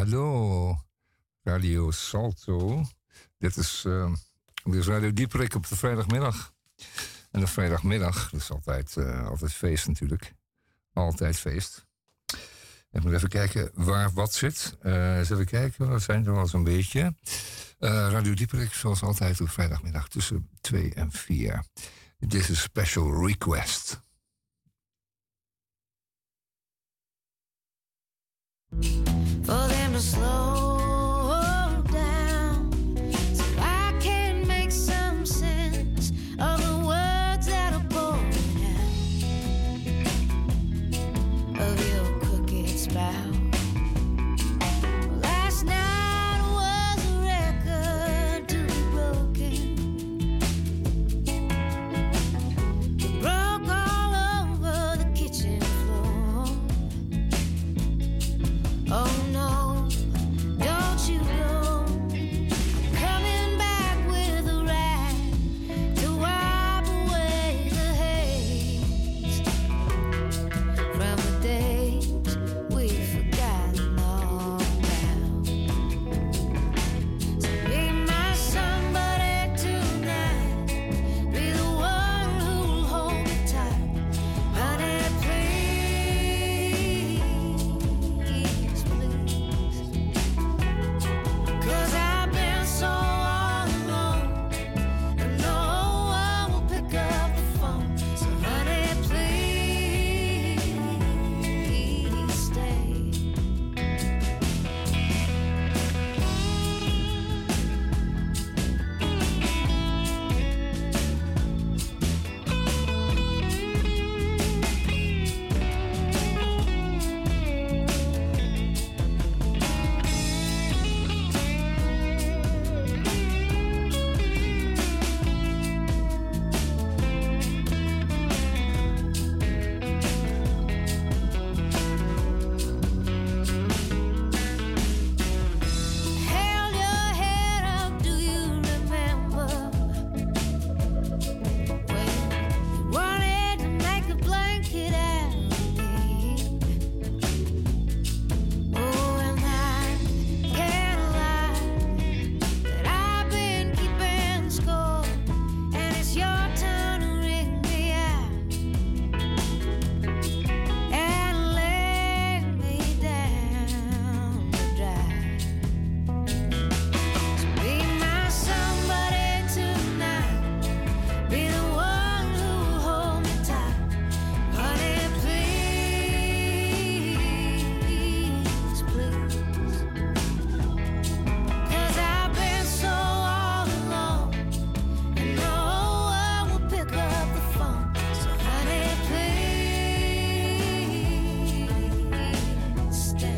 hallo. Radio Salto. Dit is Radio Dieperik op de vrijdagmiddag. En de vrijdagmiddag, dat is altijd feest natuurlijk. Altijd feest. Ik moet even kijken waar wat zit. Eens even kijken, wat zijn er wel zo'n beetje. Radio Dieperik, zoals altijd op vrijdagmiddag tussen 2 en 4. Dit is een special request. For them to slow down, so I can make some sense of the words that are pouring out of your crooked spout. Last night was a record to be broken. It broke all over the kitchen floor. Oh no, don't you go. Coming back with a rag to wipe away the haze from the days we've forgotten all about. So be my somebody tonight, be the one who'll hold me tight. Honey, please, please. 'Cause I've been so all alone, and no one will pick up the phone. So honey, please stay. Held your head up, do you remember when you wanted to make a blanket out of me? Oh, and I can't lie that I've been keeping score, and it's your turn to ring me out and lay me down to dry. So be my somebody tonight, be the one who'll hold me tight. Honey, please, please. 'Cause I've been so all alone, and no one will pick up the phone. So honey, please stay.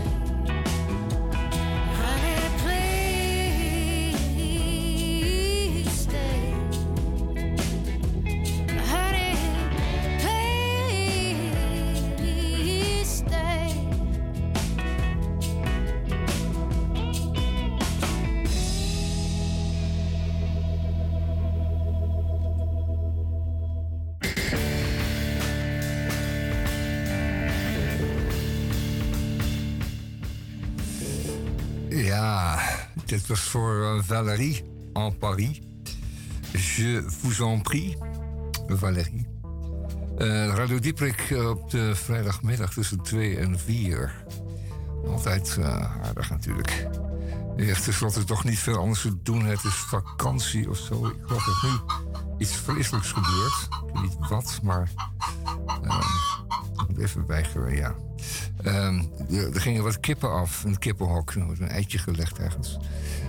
Honey, please stay. Honey, please stay. Ja, dit was voor Valérie en Paris. Je vous en prie, Valérie. Radio Dieperik op de vrijdagmiddag tussen 2 en 4. Altijd aardig natuurlijk. Je heeft tenslotte toch niet veel anders te doen. Het is vakantie of zo. Ik geloof dat nu iets vreselijks gebeurt. Ik weet niet wat, maar... ik moet even weigeren, ja. Er gingen wat kippen af, een kippenhok. Er wordt een eitje gelegd ergens.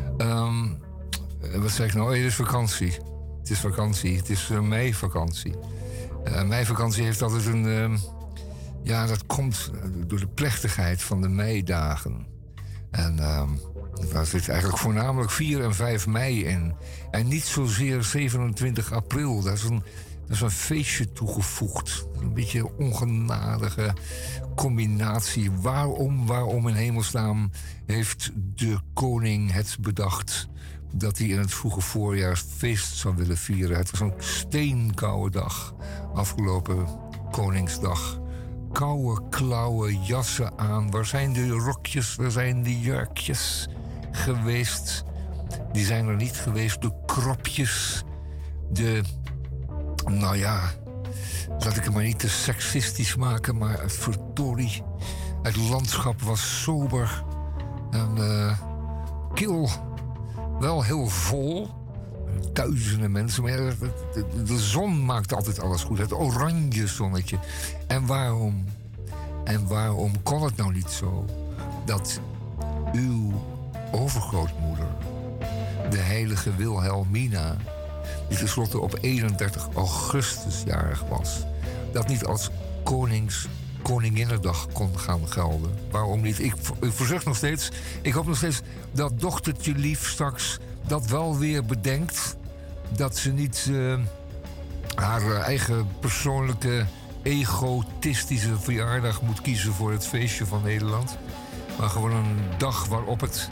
Wat zeg ik nou? Oh, het is vakantie. Het is vakantie. Het is meivakantie. Meivakantie heeft altijd een... ja, dat komt door de plechtigheid van de meidagen. En daar zit eigenlijk voornamelijk 4 en 5 mei in. En niet zozeer 27 april. Dat is een feestje toegevoegd. Een beetje ongenadige combinatie. Waarom in hemelsnaam heeft de koning het bedacht dat hij in het vroege voorjaar feest zou willen vieren? Het was een steenkoude dag. Afgelopen Koningsdag. koude klauwen jassen aan? Waar zijn de rokjes, waar zijn de jurkjes geweest? Die zijn er niet geweest. De kropjes, nou ja, laat ik het maar niet te seksistisch maken, maar het verdorie. Het landschap was sober en kil, wel heel vol. Duizenden mensen, maar ja, de zon maakt altijd alles goed. Het oranje zonnetje. En waarom kon het nou niet zo dat uw overgrootmoeder, de heilige Wilhelmina, die tenslotte op 31 augustus jarig was, dat niet als Koninginnedag kon gaan gelden? Waarom niet? Ik verzucht nog steeds, ik hoop nog steeds dat dochtertje lief straks dat wel weer bedenkt, dat ze niet haar eigen persoonlijke egotistische verjaardag moet kiezen voor het feestje van Nederland, maar gewoon een dag waarop het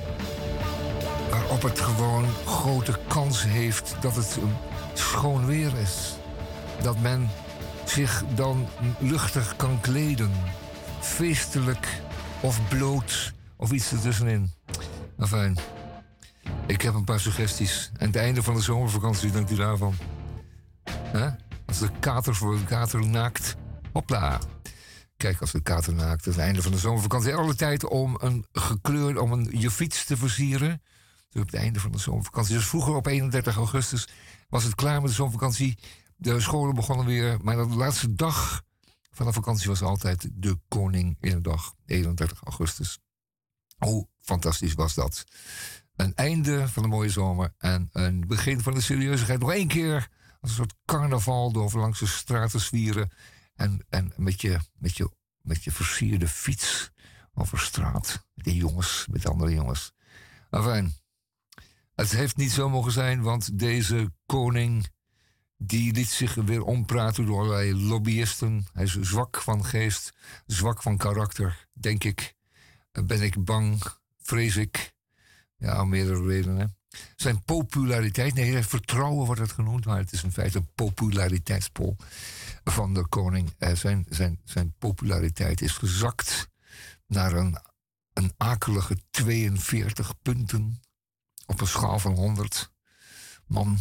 gewoon grote kans heeft dat het schoon weer is. Dat men zich dan luchtig kan kleden, feestelijk of bloot of iets ertussenin. Enfin, ik heb een paar suggesties. En het einde van de zomervakantie, denkt u daarvan? Als de kater voor de kater naakt, hopla. Kijk, als de kater naakt, het einde van de zomervakantie. Alle tijd om je fiets te versieren. Dus op het einde van de zomervakantie. Dus vroeger op 31 augustus was het klaar met de zomervakantie. De scholen begonnen weer. Maar de laatste dag van de vakantie was altijd de Koninginnedag, 31 augustus. Hoe fantastisch was dat? Een einde van de mooie zomer en een begin van de serieuzigheid. Nog één keer als een soort carnaval door langs de straten zwieren. En met je versierde fiets over straat. Met de jongens, met de andere jongens. Enfin, het heeft niet zo mogen zijn, want deze koning die liet zich weer ompraten door allerlei lobbyisten. Hij is zwak van geest, zwak van karakter, denk ik. Ben ik bang, vrees ik. Ja, om meerdere redenen. Zijn populariteit, nee, vertrouwen wordt het genoemd, maar het is in feite een populariteitspol van de koning. Zijn populariteit is gezakt naar een akelige 42 punten op een schaal van 100. Man,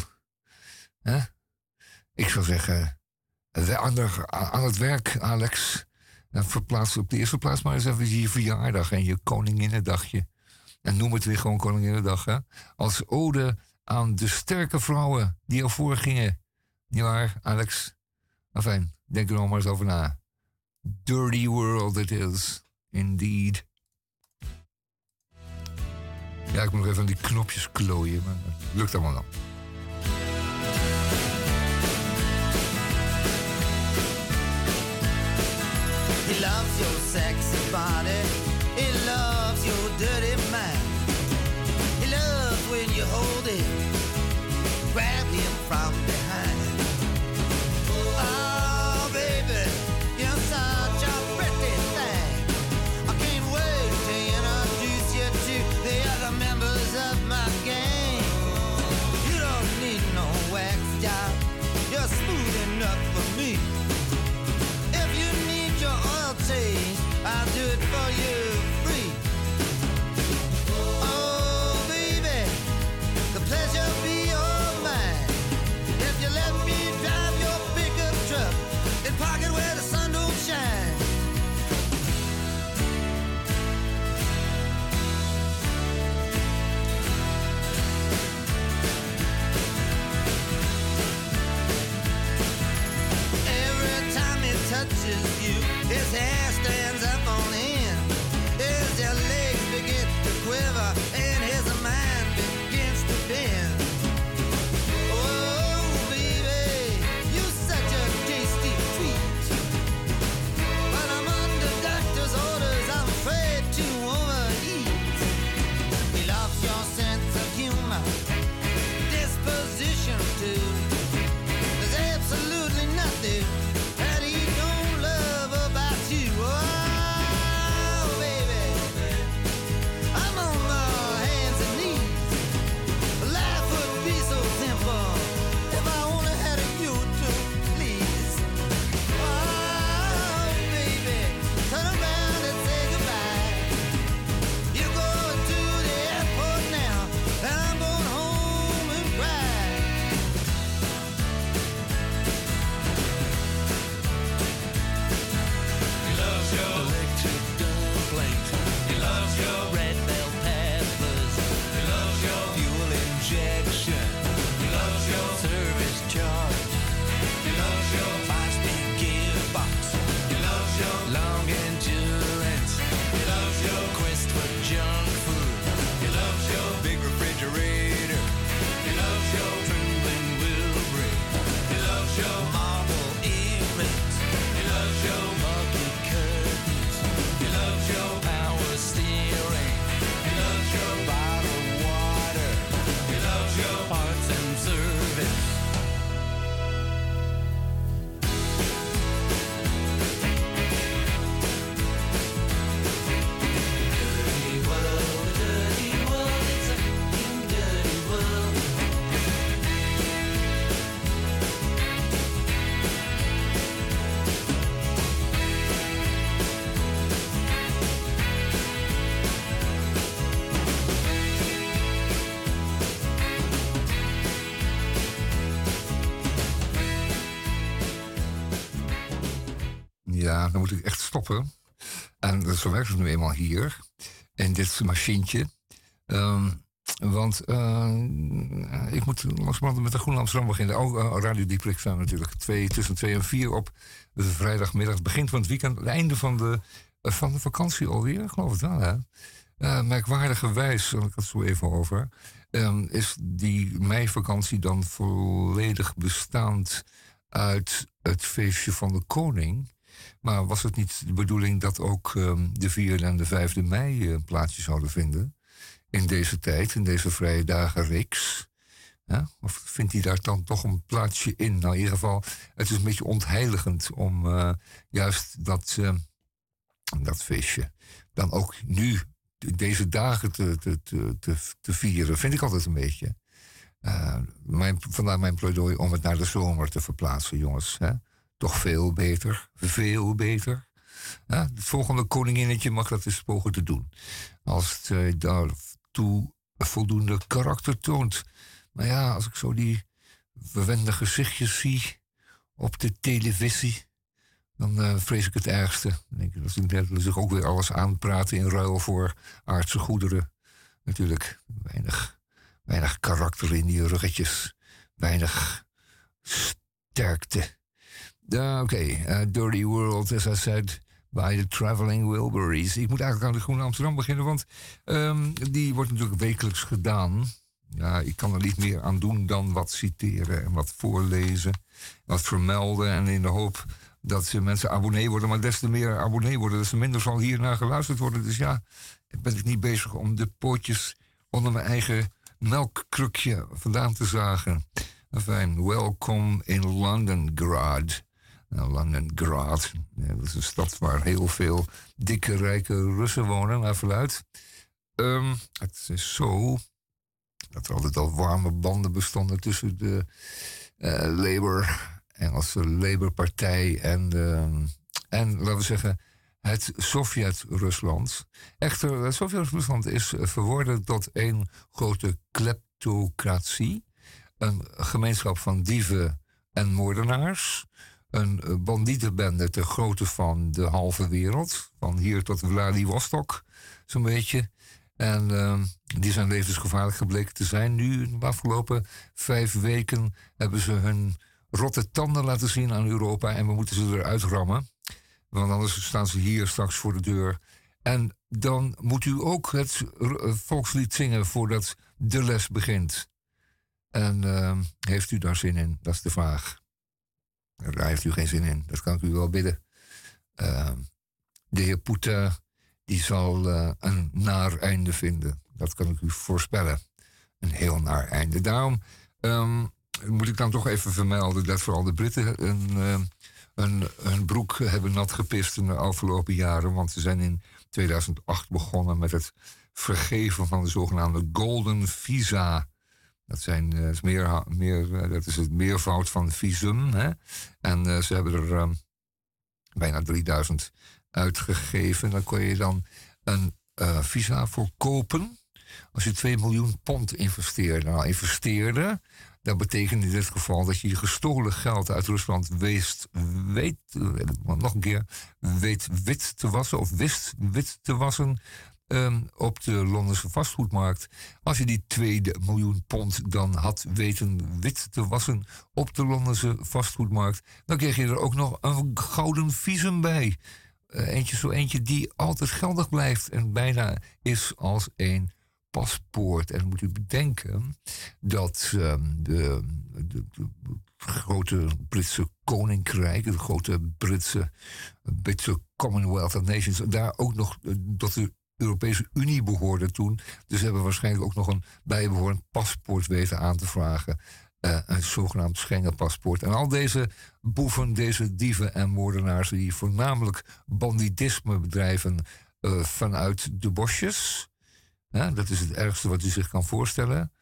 ik zou zeggen, aan het werk, Alex. Verplaats op de eerste plaats maar eens even je verjaardag en je Koninginnedagje. En noem het weer gewoon Koninginnedag, hè? Als ode aan de sterke vrouwen die ervoor gingen. Niet waar, Alex? Enfin, denk er nog maar eens over na. Dirty world it is, indeed. Ja, ik moet nog even aan die knopjes klooien, maar dat lukt allemaal nog. He loves your sexy body. He loves your dirty mind. He loves when you hold him, grab him from behind. Oh, baby, you're such a pretty thing. I can't wait to introduce you to the other members of my gang. You don't need no wax job. You're smooth enough for me. If you need your oil change, I'll do it for you free. Oh, baby, the pleasure be all mine. If you let me drive your pickup truck and park it where the sun don't shine. Every time he touches you, his hair stands up on end. dan moet ik echt stoppen. En zo werkt het nu eenmaal hier, in dit machientje. Want ik moet langzamerhand met de Groene Amsterdam beginnen. Radio Dieprik staan natuurlijk tussen 2 en 4 op de vrijdagmiddag. Het begin van het weekend, het einde van de vakantie alweer, geloof het wel, hè? Merkwaardigerwijs, daar had ik het zo even over, is die meivakantie dan volledig bestaand uit het feestje van de koning. Maar was het niet de bedoeling dat ook de 4e en de 5e mei een plaatsje zouden vinden? In deze tijd, in deze vrije dagenreeks. Ja? Of vindt hij daar dan toch een plaatsje in? Nou, in ieder geval, het is een beetje ontheiligend om juist dat feestje dan ook nu, deze dagen te vieren. Vind ik altijd een beetje. Vandaar mijn pleidooi om het naar de zomer te verplaatsen, jongens. Hè? Toch veel beter. Veel beter. Ja, het volgende koninginnetje mag dat eens pogen te doen. Als het daartoe voldoende karakter toont. Maar ja, als ik zo die verwende gezichtjes zie op de televisie, dan vrees ik het ergste. Dan denk ik dat ze zich ook weer alles aanpraten in ruil voor aardse goederen. Natuurlijk, weinig karakter in die ruggetjes. Weinig sterkte. Dirty World, as I said, by the Traveling Wilburys. Ik moet eigenlijk aan de Groene Amsterdam beginnen, want die wordt natuurlijk wekelijks gedaan. Ja, ik kan er niet meer aan doen dan wat citeren en wat voorlezen. Wat vermelden en in de hoop dat mensen abonnee worden. Maar des te meer abonnee worden, des te minder zal hier naar geluisterd worden. Dus ja, ben ik niet bezig om de pootjes onder mijn eigen melkkrukje vandaan te zagen. Enfin, welcome in Londongrad. Nou, Londongrad, ja, dat is een stad waar heel veel dikke, rijke Russen wonen, naar verluidt. Het is zo dat er altijd al warme banden bestonden tussen de Engelse Labour-partij en laten we zeggen, het Sovjet-Rusland. Echter, het Sovjet-Rusland is verworden tot één grote kleptocratie. Een gemeenschap van dieven en moordenaars. Een bandietenbende ter grootte van de halve wereld. Van hier tot Vladivostok, zo'n beetje. En die zijn levensgevaarlijk gebleken te zijn. Nu, in de afgelopen 5 weken, hebben ze hun rotte tanden laten zien aan Europa. En we moeten ze eruit rammen. Want anders staan ze hier straks voor de deur. En dan moet u ook het volkslied zingen voordat de les begint. En heeft u daar zin in? Dat is de vraag. Daar heeft u geen zin in. Dat kan ik u wel bidden. De heer Poetin die zal een naar einde vinden. Dat kan ik u voorspellen. Een heel naar einde. Daarom moet ik dan toch even vermelden dat vooral de Britten hun broek hebben nat gepist in de afgelopen jaren. Want ze zijn in 2008 begonnen met het vergeven van de zogenaamde Golden Visa. Dat is het meervoud van visum. Hè? En ze hebben er bijna 3000 uitgegeven. Dan kon je dan een visa voor kopen. Als je 2 miljoen pond investeerde. Dat betekent in dit geval dat je gestolen geld uit Rusland wist wit te wassen. Of wist wit te wassen. Op de Londense vastgoedmarkt. Als je die 2 miljoen pond dan had weten wit te wassen op de Londense vastgoedmarkt, dan kreeg je er ook nog een gouden visum bij. Eentje die altijd geldig blijft en bijna is als een paspoort. En dan moet u bedenken dat de grote Britse koninkrijk, de grote Britse Commonwealth of Nations, daar ook nog tot de Europese Unie behoorde toen. Dus ze hebben waarschijnlijk ook nog een bijbehorend paspoort weten aan te vragen. Een zogenaamd Schengen-paspoort. En al deze boeven, deze dieven en moordenaars die voornamelijk banditisme bedrijven vanuit de bosjes. Dat is het ergste wat u zich kan voorstellen.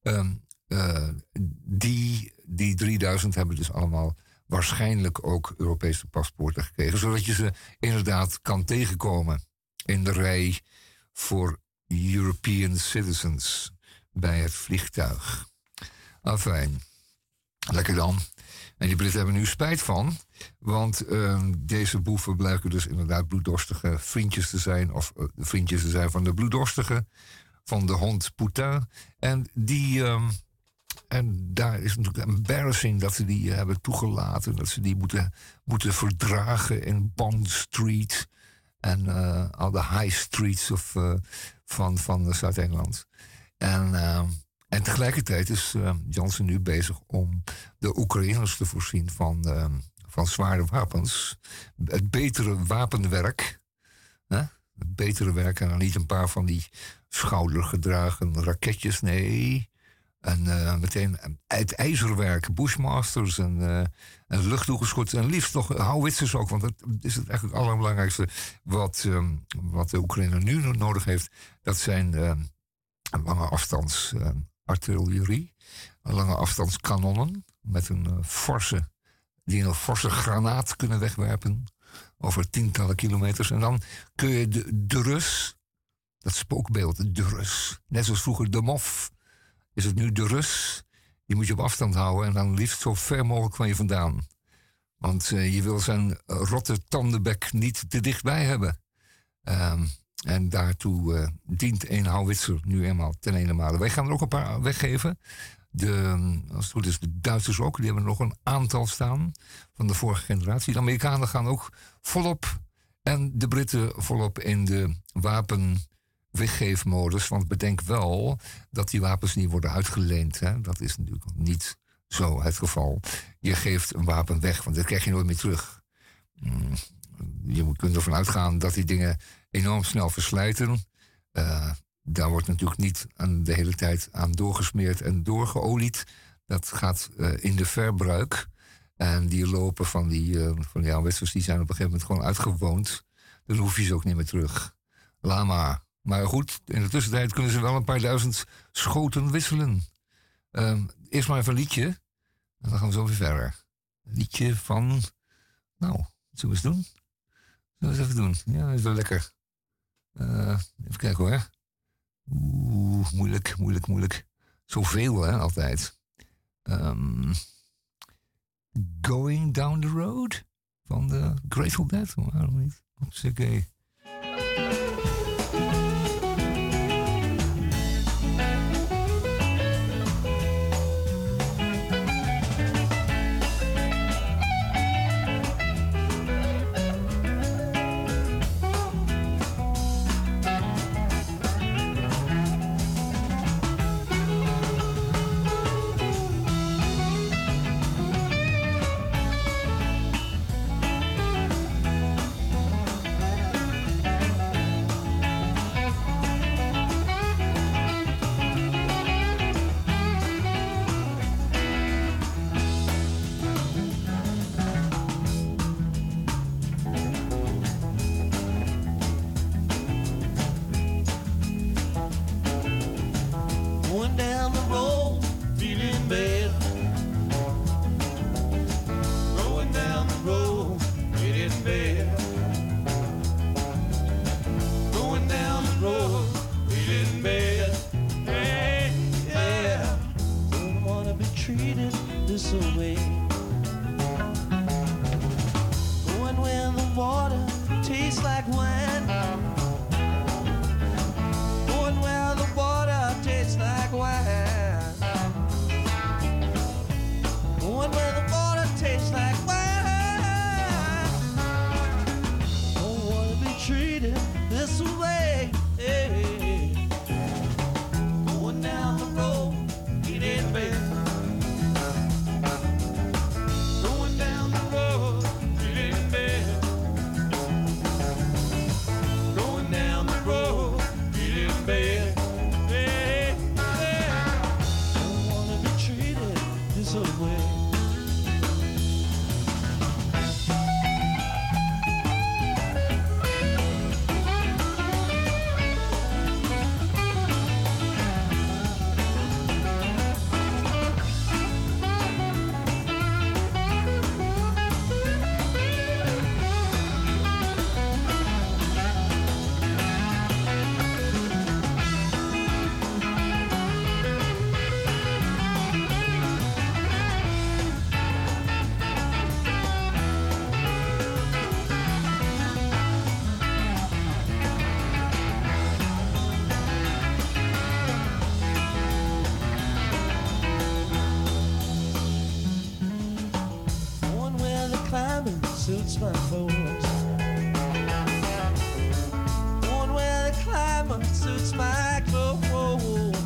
Die 3000 hebben dus allemaal waarschijnlijk ook Europese paspoorten gekregen. Zodat je ze inderdaad kan tegenkomen in de rij voor European citizens bij het vliegtuig. Afijn, lekker dan. En die Britten hebben nu spijt van. Want deze boeven blijken dus inderdaad bloeddorstige vriendjes te zijn. Of vriendjes te zijn van de bloeddorstige. Van de hond Poutin. En daar is natuurlijk embarrassing dat ze die hebben toegelaten. Dat ze die moeten verdragen in Bond Street. En al de high streets van Zuid-Engeland. En tegelijkertijd is Johnson nu bezig om de Oekraïners te voorzien van zware wapens. Het betere wapenwerk. Hè? Het betere werk en dan niet een paar van die schoudergedragen raketjes. Nee. En meteen het ijzerwerk, Bushmasters en luchtdoelgeschoten. En liefst nog houwitsers ook. Want dat is het eigenlijk allerbelangrijkste wat de Oekraïne nu nodig heeft. Dat zijn lange afstands artillerie. Lange afstands kanonnen. Met die een forse granaat kunnen wegwerpen. Over tientallen kilometers. En dan kun je de Rus, dat spookbeeld, de Rus. Net zoals vroeger de MOF. Is het nu de Rus? Die moet je op afstand houden en dan liefst zo ver mogelijk van je vandaan. Want je wil zijn rotte tandenbek niet te dichtbij hebben. En daartoe dient één houwitser nu eenmaal ten ene. Wij gaan er ook een paar weggeven. Als het goed is, de Duitsers ook. Die hebben er nog een aantal staan van de vorige generatie. De Amerikanen gaan ook volop. En de Britten volop in de wapenweggeefmodus. Want bedenk wel dat die wapens niet worden uitgeleend. Hè? Dat is natuurlijk niet zo het geval. Je geeft een wapen weg, want dat krijg je nooit meer terug. Je kunt ervan uitgaan dat die dingen enorm snel verslijten. Daar wordt natuurlijk niet de hele tijd aan doorgesmeerd en doorgeolied. Dat gaat in de verbruik. En die lopen van die houwitsers, die zijn op een gegeven moment gewoon uitgewoond. Dan hoef je ze ook niet meer terug. Lama. Maar goed, in de tussentijd kunnen ze wel een paar duizend schoten wisselen. Eerst maar even een liedje. En dan gaan we zo weer verder. Een liedje van... Nou, wat zullen we eens doen? Zullen we eens even doen? Ja, dat is wel lekker. Even kijken hoor. Moeilijk. Zoveel, hè, altijd. Going Down the Road van de Grateful Dead. Waarom niet? Oké. suits my clothes. Going where the climate suits my clothes.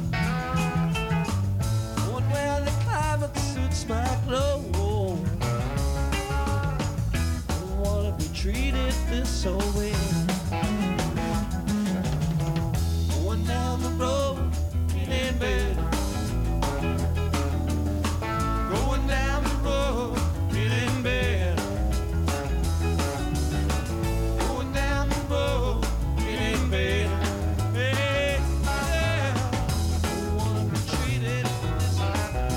Going where the climate suits my clothes. Don't wanna be treated this way. Going down the road, feeling better. Going down the road, feeling better. Going down the road, feeling better. Hey, yeah. Don't wanna be treated this way.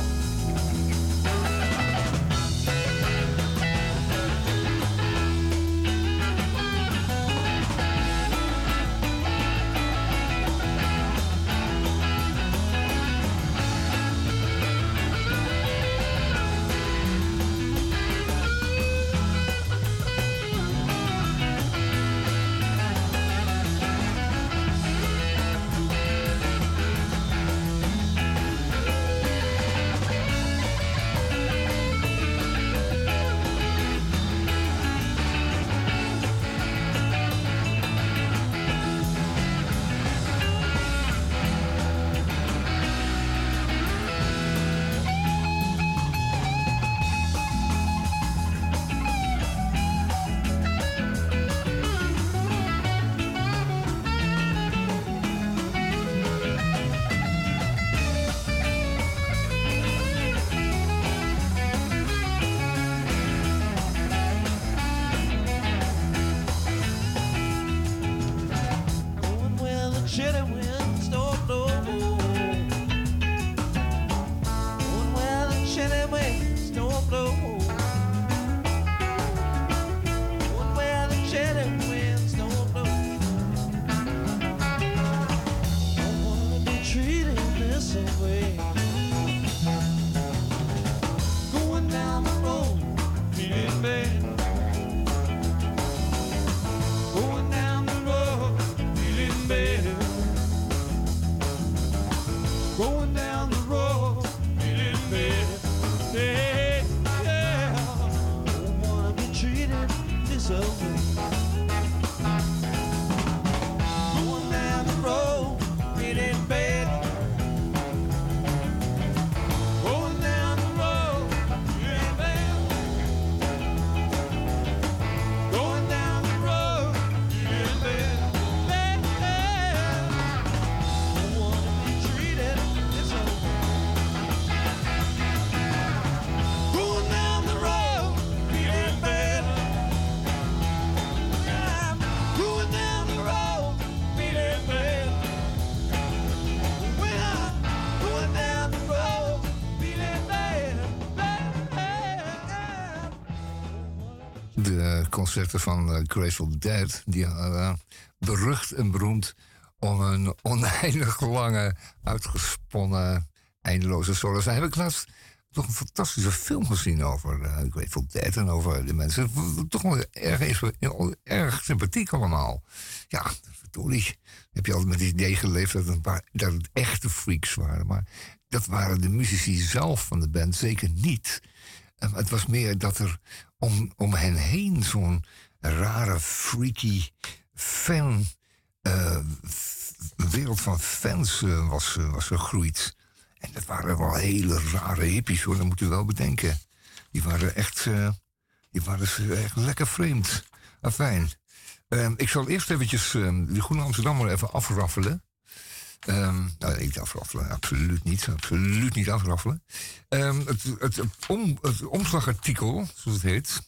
Going where the chilly winds don't blow. Going where the chilly winds don't blow. Going where the chilly winds don't blow. Don't wanna be treated this way. Going down the road, feeling bad. Going down the road, feeling better. Going down the road, feeling better. Hey, yeah. Don't wanna be treated this way. Going down the road, feeling better. Going down the road, feeling better. Going down the road, feeling better. Don't wanna be treated this way. Going down the road, feeling better. Going down the road, feeling better. When I'm going down the road, feeling better. De concerten van Grateful Dead, die berucht en beroemd om een oneindig lange, uitgesponnen, eindeloze solos. Daar heb ik laatst toch een fantastische film gezien over Grateful Dead en over de mensen. Toch wel erg sympathiek allemaal. Ja, verdorie. Heb je altijd met het idee geleefd dat het echte freaks waren. Maar dat waren de muzici zelf van de band zeker niet. Het was meer dat er om hen heen zo'n rare, freaky fan, wereld van fans was gegroeid. En dat waren wel hele rare hippies, hoor, dat moet u wel bedenken. Die waren echt lekker vreemd. Afijn. Ik zal eerst eventjes de Groene Amsterdammer even afraffelen. Niet afraffelen, absoluut niet afraffelen. Het omslagartikel, zoals het heet.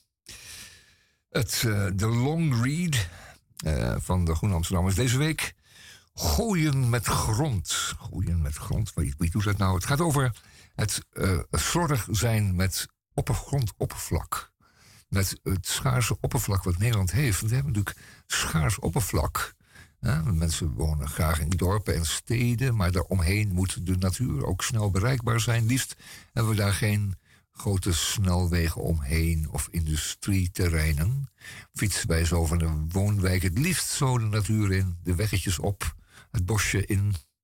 De long read van de Groene Amsterdammers deze week. Gooien met grond. Gooien met grond, wie doet dat nou? Het gaat over het slordig zijn met grondoppervlak. Met het schaarse oppervlak wat Nederland heeft. Want we hebben natuurlijk schaars oppervlak. Mensen wonen graag in dorpen en steden, maar daaromheen moet de natuur ook snel bereikbaar zijn. Liefst hebben we daar geen grote snelwegen omheen of industrieterreinen. Fietsen wij zo van de woonwijk het liefst zo de natuur in, de weggetjes op, het bosje in.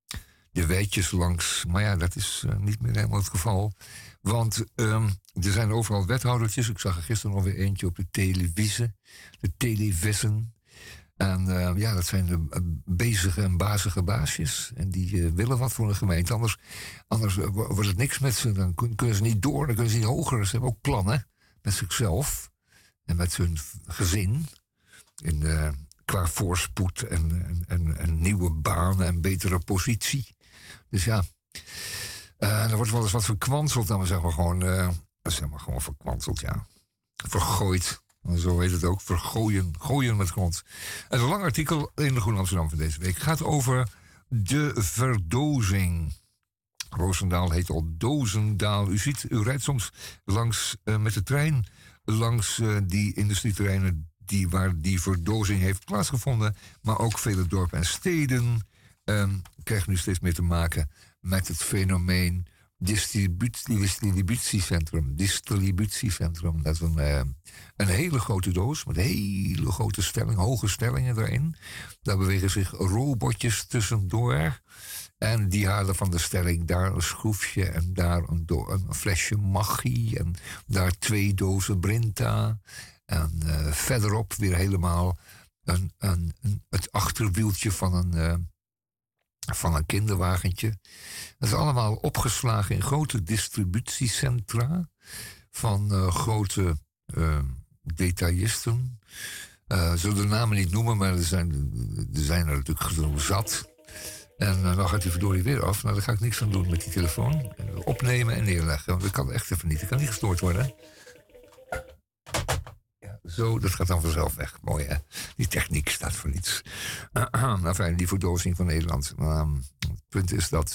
de weidjes langs. Maar ja, dat is niet meer helemaal het geval. Want er zijn overal wethoudertjes. Ik zag er gisteren nog weer eentje op de televisie. De televissen. En ja, dat zijn de bezige en bazige baasjes. En die willen wat voor een gemeente. Anders wordt het niks met ze. Dan kunnen ze niet door, dan kunnen ze niet hoger. Ze hebben ook plannen met zichzelf. En met hun gezin. Qua voorspoed en nieuwe banen en betere positie. Dus ja, er wordt wel eens wat verkwanseld. Dan zeggen we gewoon verkwanseld, ja. Vergooid. Zo heet het ook, gooien met grond. En een lang artikel in de Groene Amsterdam van deze week gaat over de verdozing. Roosendaal heet al Dozendaal. U rijdt soms langs met de trein langs die industrieterreinen waar die verdozing heeft plaatsgevonden. Maar ook vele dorpen en steden krijgen nu steeds meer te maken met het fenomeen distributiecentrum. Dat is een hele grote doos met hele grote hoge stellingen erin. Daar bewegen zich robotjes tussendoor. En die halen van de stelling daar een schroefje en daar een flesje Maggi en daar 2 dozen Brinta. En verderop weer helemaal het achterwieltje van een kinderwagentje. Dat is allemaal opgeslagen in grote distributiecentra van grote detailisten. Zullen de namen niet noemen, maar er zijn er natuurlijk genoeg zat. En dan gaat die verdorie weer af. Nou, daar ga ik niks aan doen met die telefoon. Opnemen en neerleggen, want dat kan echt even niet. Dat kan niet gestoord worden. Ja, zo, dat gaat dan vanzelf weg. Mooi, hè? Die techniek staat voor niets. Enfin, die verdozing van Nederland. Het punt is dat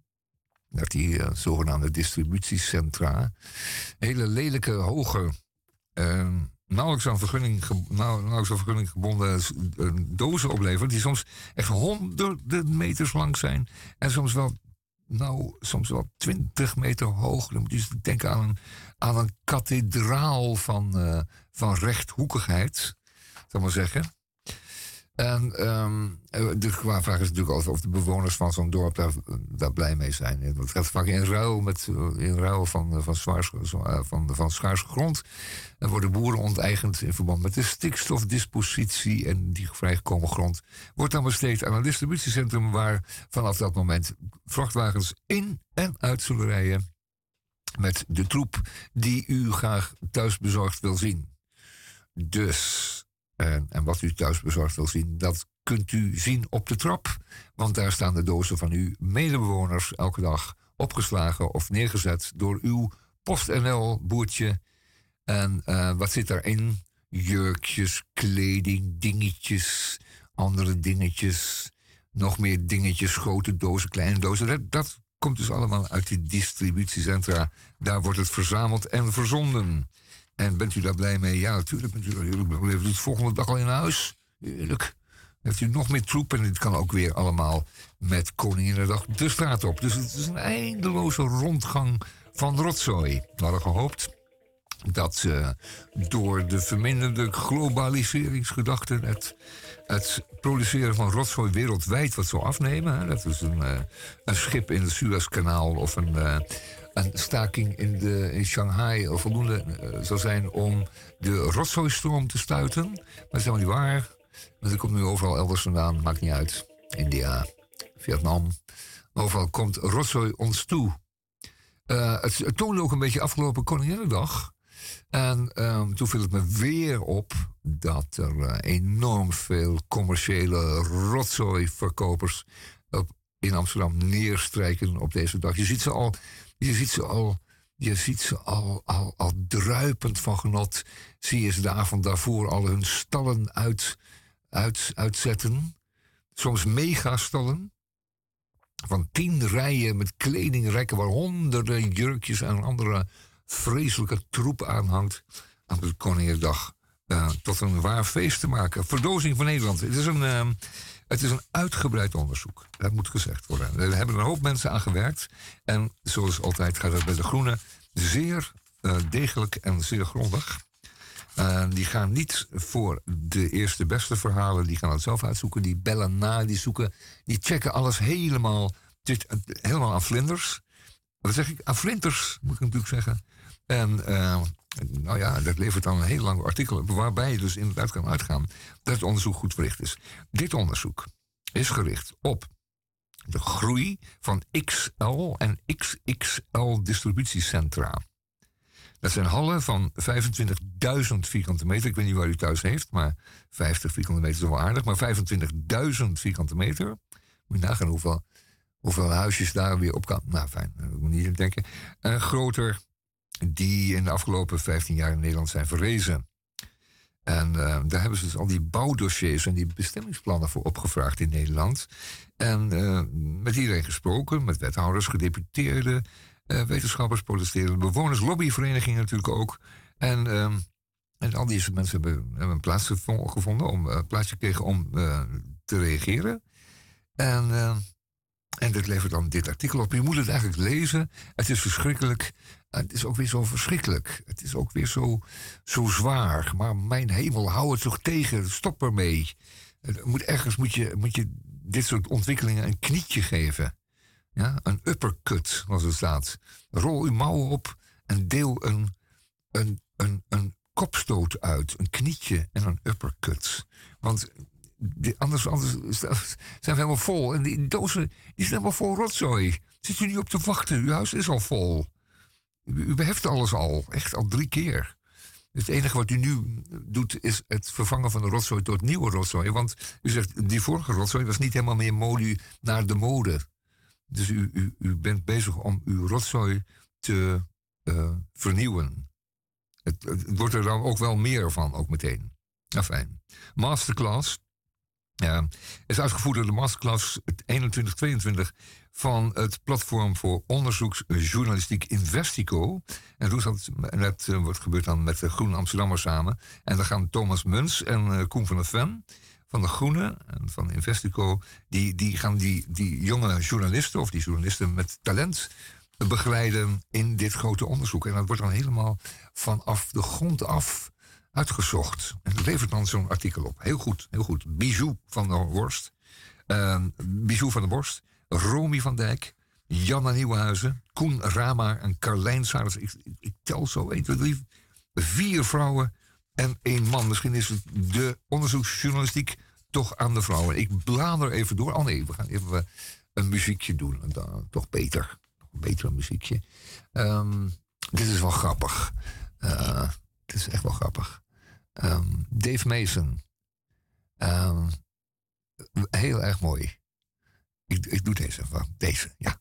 die zogenaamde distributiecentra hele lelijke, hoge, nauwelijks aan vergunning gebonden dozen opleveren, die soms echt honderden meters lang zijn en soms wel 20 meter hoog. Dan moet je denken aan een kathedraal van rechthoekigheid, zal ik maar zeggen. En de vraag is natuurlijk altijd of de bewoners van zo'n dorp daar blij mee zijn. Het gaat vaak in ruil van schaarse grond. En worden boeren onteigend in verband met de stikstofdispositie. En die vrijgekomen grond wordt dan besteed aan een distributiecentrum waar vanaf dat moment vrachtwagens in en uit zullen rijden met de troep die u graag thuis bezorgd wil zien. Dus... En wat u thuis bezorgd wil zien, dat kunt u zien op de trap. Want daar staan de dozen van uw medebewoners elke dag opgeslagen of neergezet door uw PostNL-boertje. En wat zit daarin? Jurkjes, kleding, dingetjes, andere dingetjes, nog meer dingetjes, grote dozen, kleine dozen. Dat komt dus allemaal uit die distributiecentra. Daar wordt het verzameld en verzonden. En bent u daar blij mee? Ja, natuurlijk bent u daar heerlijk blij mee. Heeft u het volgende dag al in huis? Heerlijk. Heeft u nog meer troep en dit kan ook weer allemaal met Koninginnedag de straat op. Dus het is een eindeloze rondgang van rotzooi. We hadden gehoopt dat door de verminderde globaliseringsgedachte het produceren van rotzooi wereldwijd wat zou afnemen. Hè? Dat is een schip in het Suezkanaal of een staking in Shanghai voldoende zou zijn om de rotzooistroom te stuiten. Maar dat is helemaal niet waar. Want dat komt nu overal elders vandaan, maakt niet uit. India, Vietnam. Overal komt rotzooi ons toe. Het toonde ook een beetje afgelopen Koninginnedag. En toen viel het me weer op dat er enorm veel commerciële rotzooiverkopers in Amsterdam neerstrijken op deze dag. Je ziet ze al druipend van genot. Zie je ze de avond daarvoor al hun stallen uitzetten. Soms megastallen. Van 10 rijen met kledingrekken waar honderden jurkjes en andere vreselijke troep aanhangt. Aan de Koninginnedag tot een waar feest te maken. Verdozing van Nederland. Het is een uitgebreid onderzoek. Dat moet gezegd worden. Er hebben een hoop mensen aan gewerkt. En zoals altijd gaat het bij de Groene zeer degelijk en zeer grondig. Die gaan niet voor de eerste beste verhalen. Die gaan het zelf uitzoeken. Die bellen na, die zoeken. Die checken alles helemaal zit helemaal aan vlinders. Wat zeg ik? Aan flinters, moet ik natuurlijk zeggen. En nou ja, dat levert dan een heel lang artikel op, waarbij je dus inderdaad kan uitgaan dat het onderzoek goed verricht is. Dit onderzoek is gericht op de groei van XL en XXL distributiecentra. Dat zijn hallen van 25.000 vierkante meter. Ik weet niet waar u thuis heeft, maar 50 vierkante meter is wel aardig. Maar 25.000 vierkante meter. Moet je nagaan hoeveel huisjes daar weer op kan. Nou, fijn, dat moet ik niet aan denken. Groter, die in de afgelopen 15 jaar in Nederland zijn verrezen. En daar hebben ze dus al die bouwdossiers en die bestemmingsplannen voor opgevraagd in Nederland. En met iedereen gesproken, met wethouders, gedeputeerden, wetenschappers, protesterende bewoners, lobbyverenigingen natuurlijk ook. En al deze mensen hebben een plaats gevonden, een plaatsje gekregen om te reageren. En dat levert dan dit artikel op. Je moet het eigenlijk lezen. Het is verschrikkelijk. Het is ook weer zo verschrikkelijk. Het is ook weer zo zwaar. Maar mijn hemel, hou het toch tegen. Stop ermee. Ergens moet je dit soort ontwikkelingen een knietje geven. Ja? Een uppercut, zoals het staat. Rol uw mouwen op en deel een kopstoot uit. Een knietje en een uppercut. Want anders zijn we helemaal vol. En die dozen die zijn helemaal vol rotzooi. Zit u niet op te wachten? Uw huis is al vol. U beheft alles al. Echt al 3 keer. Dus het enige wat u nu doet is het vervangen van de rotzooi door het nieuwe rotzooi. Want u zegt, die vorige rotzooi was niet helemaal meer mode naar de mode. Dus u bent bezig om uw rotzooi te vernieuwen. Het wordt er dan ook wel meer van, ook meteen. Nou, fijn. Masterclass. Is uitgevoerd door de Masterclass 21-22 van het platform voor onderzoeksjournalistiek Investico. En dat wordt gebeurd dan met de Groene Amsterdammer samen. En dan gaan Thomas Muns en Koen van der Ven van de Groene en van Investico, die gaan die jonge journalisten of die journalisten met talent begeleiden in dit grote onderzoek. En dat wordt dan helemaal vanaf de grond af uitgezocht. En dat levert dan zo'n artikel op. Heel goed, heel goed. Bijou van der Borst, Romy van Dijk, Janna Nieuwenhuizen, Koen Rama en Carlijn Saars. Ik tel zo 1, 2, 3, 4 vrouwen en 1 man. Misschien is het de onderzoeksjournalistiek toch aan de vrouwen. Ik blader even door. Oh nee, we gaan even een muziekje doen. Dan, toch beter. Een beter muziekje. Dit is wel grappig. Dit is echt wel grappig. Dave Mason. Heel erg mooi. Ik doe deze even. Deze, ja.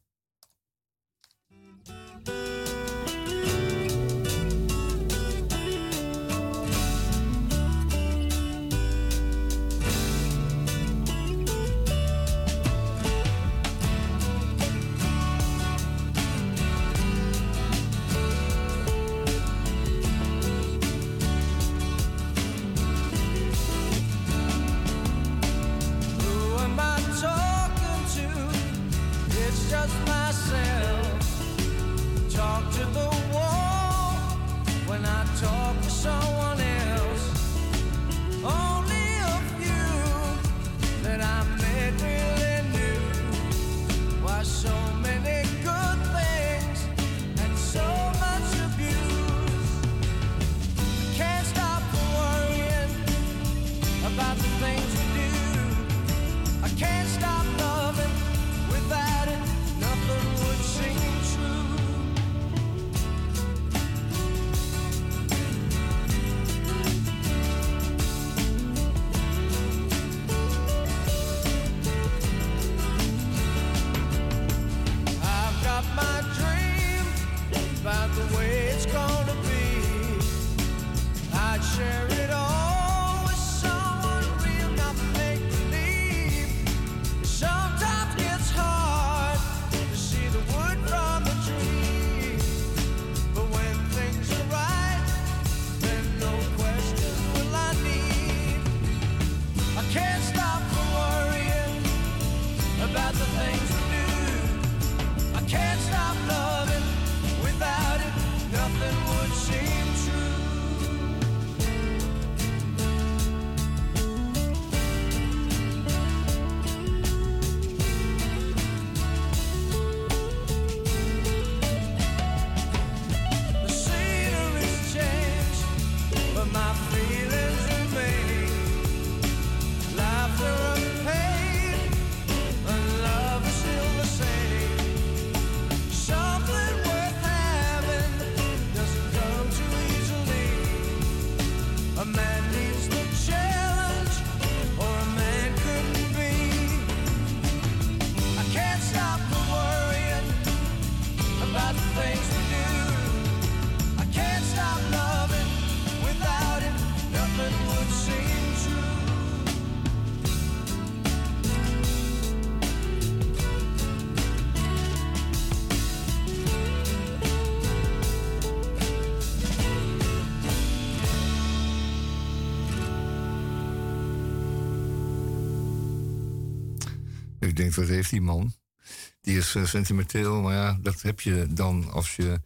Ik denk, wat heeft die man? Die is sentimenteel, maar ja, dat heb je dan als je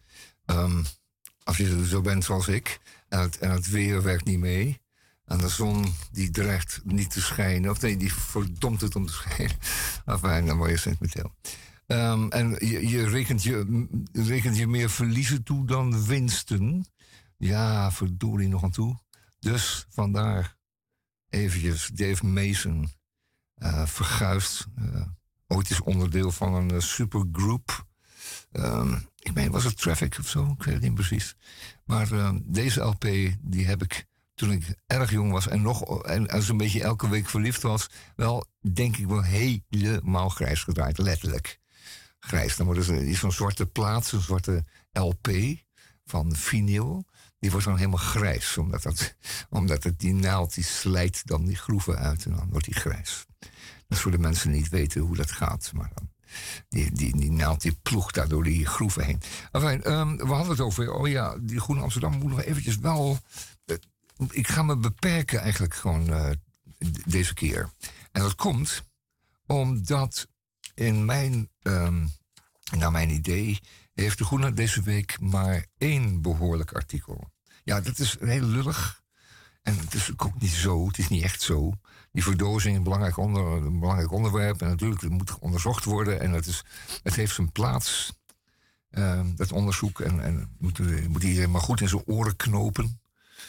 zo bent zoals ik. En het weer werkt niet mee. En de zon die dreigt niet te schijnen. Of nee, die verdomt het om te schijnen. Enfin, dan word je sentimenteel. En je rekent je meer verliezen toe dan winsten. Ja, verdorie nog aan toe. Dus vandaar eventjes Dave Mason. Verguisd. Ooit is onderdeel van een supergroep. Ik meen, was het Traffic of zo? Ik weet het niet precies. Maar deze LP, die heb ik toen ik erg jong was en als een beetje elke week verliefd was, wel, denk ik wel helemaal grijs gedraaid, letterlijk. Grijs. Dan wordt er zo'n zwarte plaat, zo'n zwarte LP van vinyl. Die wordt dan helemaal grijs, omdat die naald die slijt dan die groeven uit en dan wordt die grijs. Dat is voor de mensen die niet weten hoe dat gaat, maar dan die naald die ploegt daar door die groeven heen. Enfin, we hadden het over, die Groene Amsterdam moet nog eventjes wel. Ik ga me beperken eigenlijk gewoon deze keer. En dat komt omdat in naar mijn idee heeft de Groene deze week maar 1 behoorlijk artikel. Ja, dat is heel lullig. En het is ook niet zo, het is niet echt zo. Die verdozing is een belangrijk onderwerp. En natuurlijk, het moet onderzocht worden. En het heeft zijn plaats, dat onderzoek. En moet iedereen maar goed in zijn oren knopen.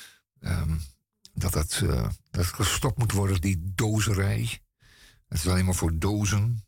Dat gestopt moet worden, die dozerij. Het is alleen maar voor dozen.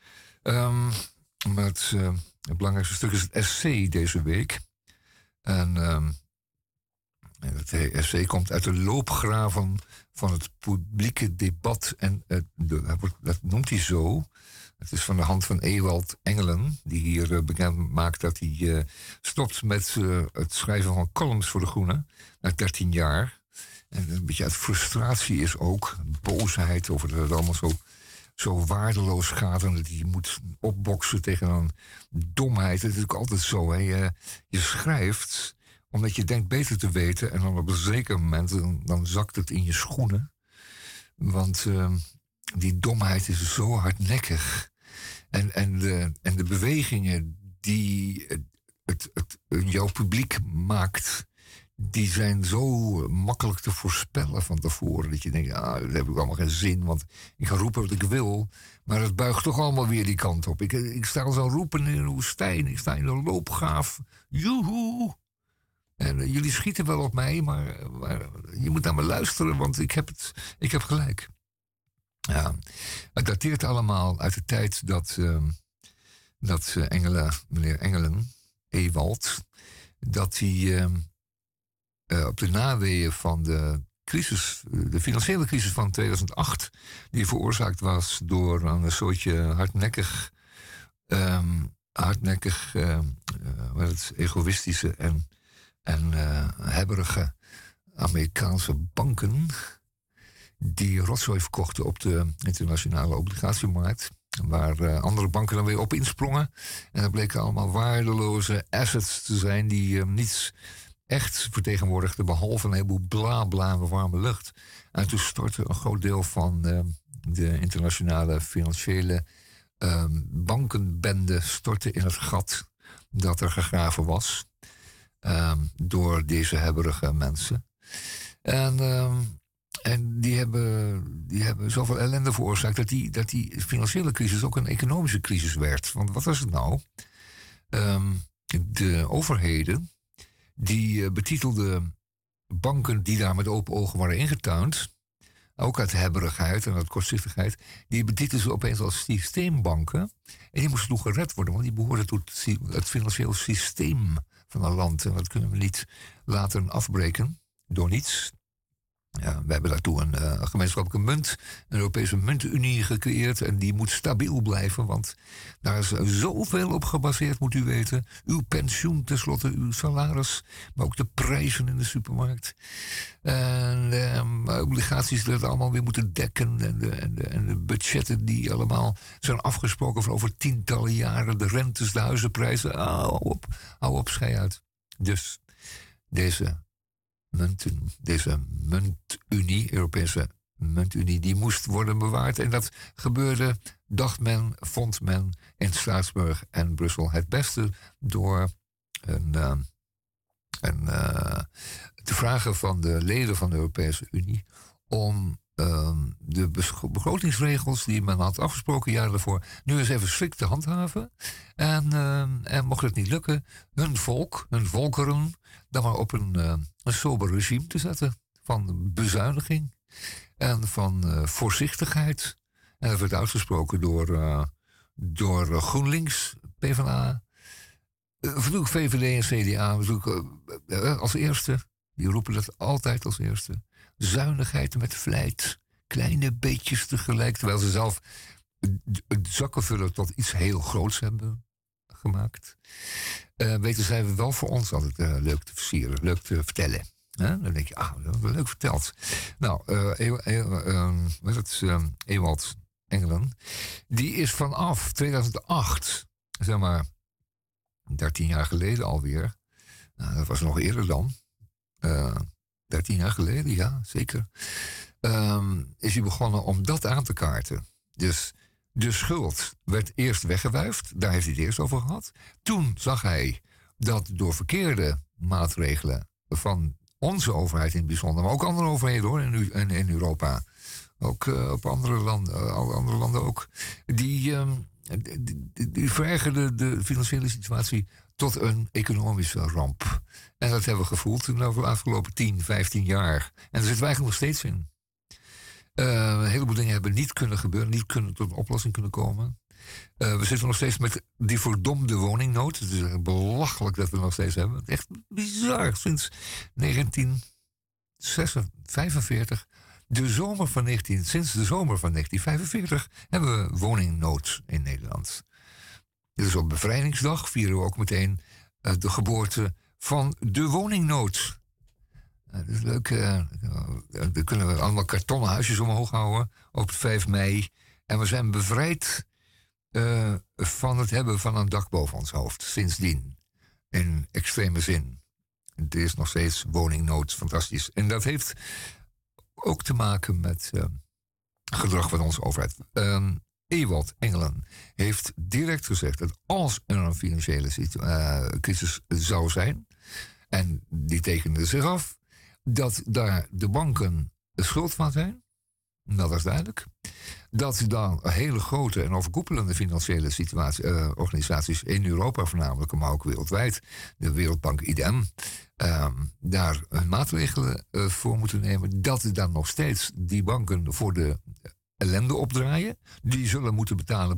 Maar het belangrijkste stuk is het essay deze week. En het essay komt uit de loopgraven van het publieke debat. En dat noemt hij zo. Het is van de hand van Ewald Engelen, die hier bekend maakt dat hij stopt met het schrijven van columns voor de Groene. Na 13 jaar. En een beetje uit frustratie is ook boosheid over dat het allemaal zo waardeloos gaat en dat je moet opboksen tegen een domheid. Het is ook altijd zo. Hè? Je schrijft omdat je denkt beter te weten en dan op een zeker moment dan zakt het in je schoenen. Want die domheid is zo hardnekkig. En de bewegingen die jouw publiek maakt, die zijn zo makkelijk te voorspellen van tevoren. Dat je denkt, dat heb ik allemaal geen zin, want ik ga roepen wat ik wil. Maar het buigt toch allemaal weer die kant op. Ik sta al zo roepen in een woestijn. Ik sta in een loopgraaf. Joehoe! En jullie schieten wel op mij, maar je moet naar me luisteren, want ik heb gelijk. Ja, het dateert allemaal uit de tijd dat meneer Engelen, Ewald, dat hij op de naweeën van de financiële crisis van 2008, die veroorzaakt was door een soortje hardnekkig egoïstische en hebberige Amerikaanse banken die rotzooi verkochten op de internationale obligatiemarkt, waar andere banken dan weer op insprongen. En dat bleken allemaal waardeloze assets te zijn die niets echt vertegenwoordigden, behalve een heleboel bla bla en warme lucht. En toen stortte een groot deel van de internationale financiële bankenbende stortte in het gat dat er gegraven was door deze hebberige mensen. En die hebben zoveel ellende veroorzaakt dat die financiële crisis ook een economische crisis werd. Want wat was het nou? De overheden die betitelden banken die daar met open ogen waren ingetuind, ook uit hebberigheid en uit kortzichtigheid, die betitelden ze opeens als systeembanken. En die moesten toen gered worden, want die behoorden tot het financieel systeem van een land. En dat kunnen we niet laten afbreken door niets. Ja, we hebben daartoe een gemeenschappelijke munt, een Europese muntunie gecreëerd. En die moet stabiel blijven, want daar is zoveel op gebaseerd, moet u weten. Uw pensioen, tenslotte uw salaris, maar ook de prijzen in de supermarkt. En obligaties die dat allemaal weer moeten dekken. En de budgetten die allemaal zijn afgesproken voor over tientallen jaren. De rentes, de huizenprijzen. Hou op, schei uit. Dus deze muntunie, Europese muntunie, die moest worden bewaard. En dat gebeurde, dacht men, vond men in Straatsburg en Brussel het beste door te vragen van de leden van de Europese Unie om de begrotingsregels die men had afgesproken jaren daarvoor nu eens even strikt te handhaven. En mocht het niet lukken, hun volkeren, dan maar op een sober regime te zetten van bezuiniging en van voorzichtigheid. En dat werd uitgesproken door GroenLinks, PvdA, VVD en CDA als eerste. Die roepen dat altijd als eerste. Zuinigheid met vlijt. Kleine beetjes tegelijk. Terwijl ze zelf het zakkenvullen tot iets heel groots hebben gemaakt. Weten zij we wel voor ons altijd leuk te versieren. Leuk te vertellen. Dan denk je, dat is leuk verteld. Nou, Ewald Engelen. Die is vanaf 2008, zeg maar 13 jaar geleden alweer. Nou, dat was nog eerder dan. 13 jaar geleden, ja, zeker. Is hij begonnen om dat aan te kaarten. Dus de schuld werd eerst weggewuifd. Daar heeft hij het eerst over gehad. Toen zag hij dat door verkeerde maatregelen van onze overheid in het bijzonder, maar ook andere overheden hoor, in Europa. Ook op andere landen ook. Die verergerden de financiële situatie tot een economische ramp. En dat hebben we gevoeld in de afgelopen 10, 15 jaar. En daar zitten we eigenlijk nog steeds in. Een heleboel dingen hebben niet kunnen gebeuren, niet kunnen tot een oplossing kunnen komen. We zitten nog steeds met die verdomde woningnood. Het is belachelijk dat we nog steeds hebben. Echt bizar. Sinds 1945, sinds de zomer van 1945 hebben we woningnood in Nederland. Dus op bevrijdingsdag vieren we ook meteen de geboorte van de woningnood. Dat is leuk. Dan kunnen we allemaal kartonnen huisjes omhoog houden op 5 mei. En we zijn bevrijd van het hebben van een dak boven ons hoofd. Sindsdien. In extreme zin. Er is nog steeds woningnood. Fantastisch. En dat heeft ook te maken met gedrag van onze overheid. Ewald Engelen heeft direct gezegd dat als er een financiële crisis zou zijn, en die tekende zich af, dat daar de banken de schuld van zijn. Dat was duidelijk. Dat dan hele grote en overkoepelende financiële organisaties in Europa voornamelijk, maar ook wereldwijd, de Wereldbank idem, daar maatregelen voor moeten nemen. Dat dan nog steeds die banken voor de ellende opdraaien. Die zullen moeten betalen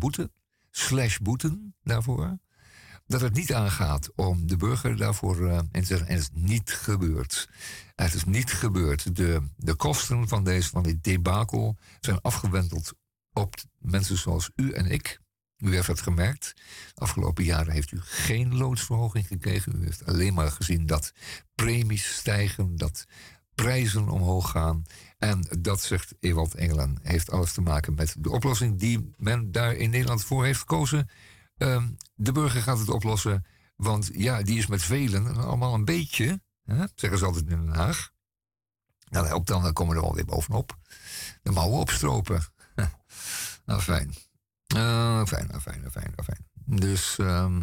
boeten daarvoor. Dat het niet aangaat om de burger daarvoor in te zeggen. En het is niet gebeurd. Het is niet gebeurd. De kosten van dit debakel zijn afgewenteld op mensen zoals u en ik. U heeft het gemerkt. De afgelopen jaren heeft u geen loonsverhoging gekregen. U heeft alleen maar gezien dat premies stijgen, dat prijzen omhoog gaan. En dat, zegt Ewald Engelen, heeft alles te maken met de oplossing die men daar in Nederland voor heeft gekozen. De burger gaat het oplossen, want ja, die is met velen allemaal een beetje, zeggen ze altijd in Den Haag. Nou, helpt dan komen we er wel weer bovenop. De mouwen opstropen. Nou, fijn. Fijn. Dus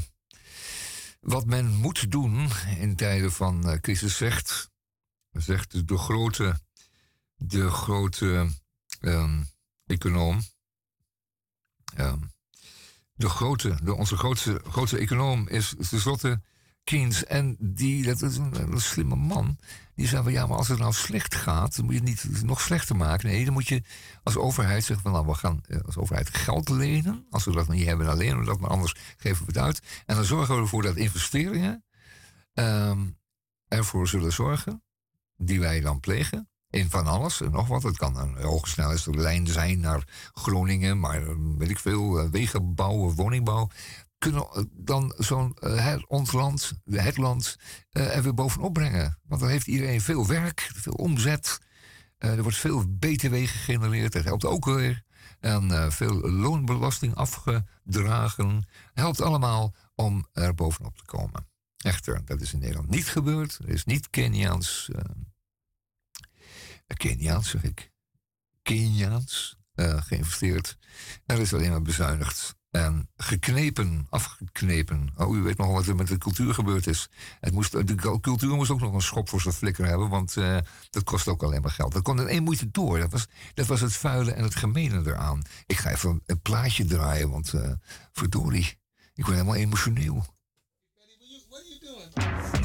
wat men moet doen in tijden van crisis, zegt de grote econoom. Onze grootste econoom is tenslotte Keynes. En dat is een slimme man. Die zei van ja, maar als het nou slecht gaat, dan moet je het niet nog slechter maken. Nee, dan moet je als overheid zeggen van nou, we gaan als overheid geld lenen. Als we dat niet hebben, dan lenen we dat, maar anders geven we het uit. En dan zorgen we ervoor dat investeringen ervoor zullen zorgen, die wij dan plegen, in van alles en nog wat. Het kan een hoge snelheidslijn zijn naar Groningen, maar weet ik veel, wegen bouwen, woningbouw. Kunnen dan ons land, het land, er weer bovenop brengen. Want dan heeft iedereen veel werk, veel omzet. Er wordt veel BTW gegenereerd, dat helpt ook weer. En veel loonbelasting afgedragen. Helpt allemaal om er bovenop te komen. Echter, dat is in Nederland niet gebeurd. Er is niet Keniaans zeg ik. Keniaans geïnvesteerd. Er is alleen maar bezuinigd. En geknepen, afgeknepen. Oh, u weet nog wat er met de cultuur gebeurd is. De cultuur moest ook nog een schop voor zijn flikker hebben, want dat kost ook alleen maar geld. Dat kon in één moeite door. Dat was het vuile en het gemene eraan. Ik ga even een plaatje draaien, want verdorie, ik word helemaal emotioneel. What are you doing?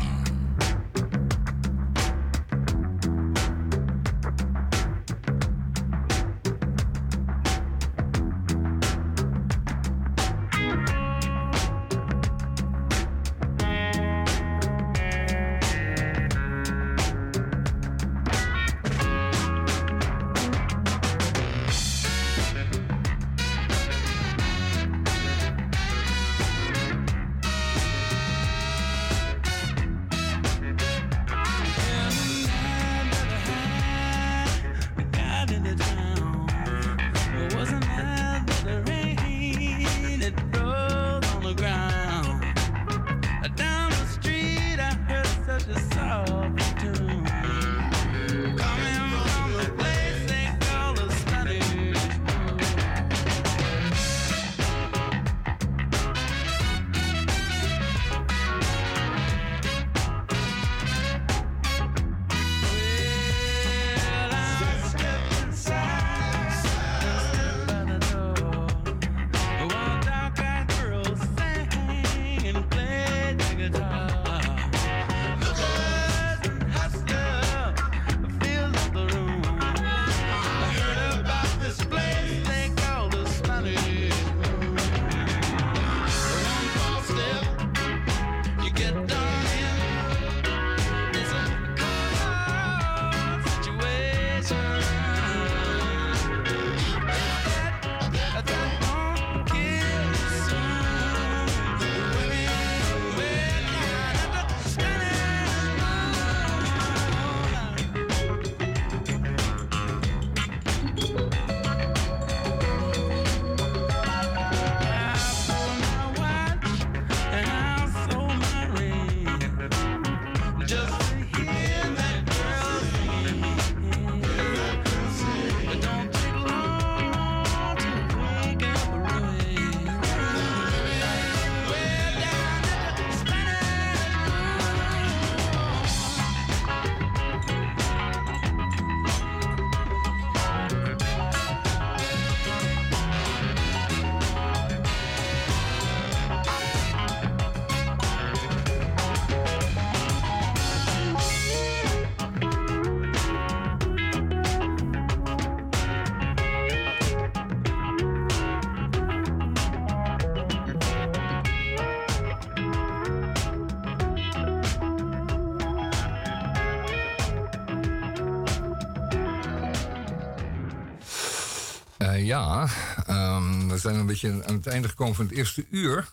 We zijn een beetje aan het einde gekomen van het eerste uur.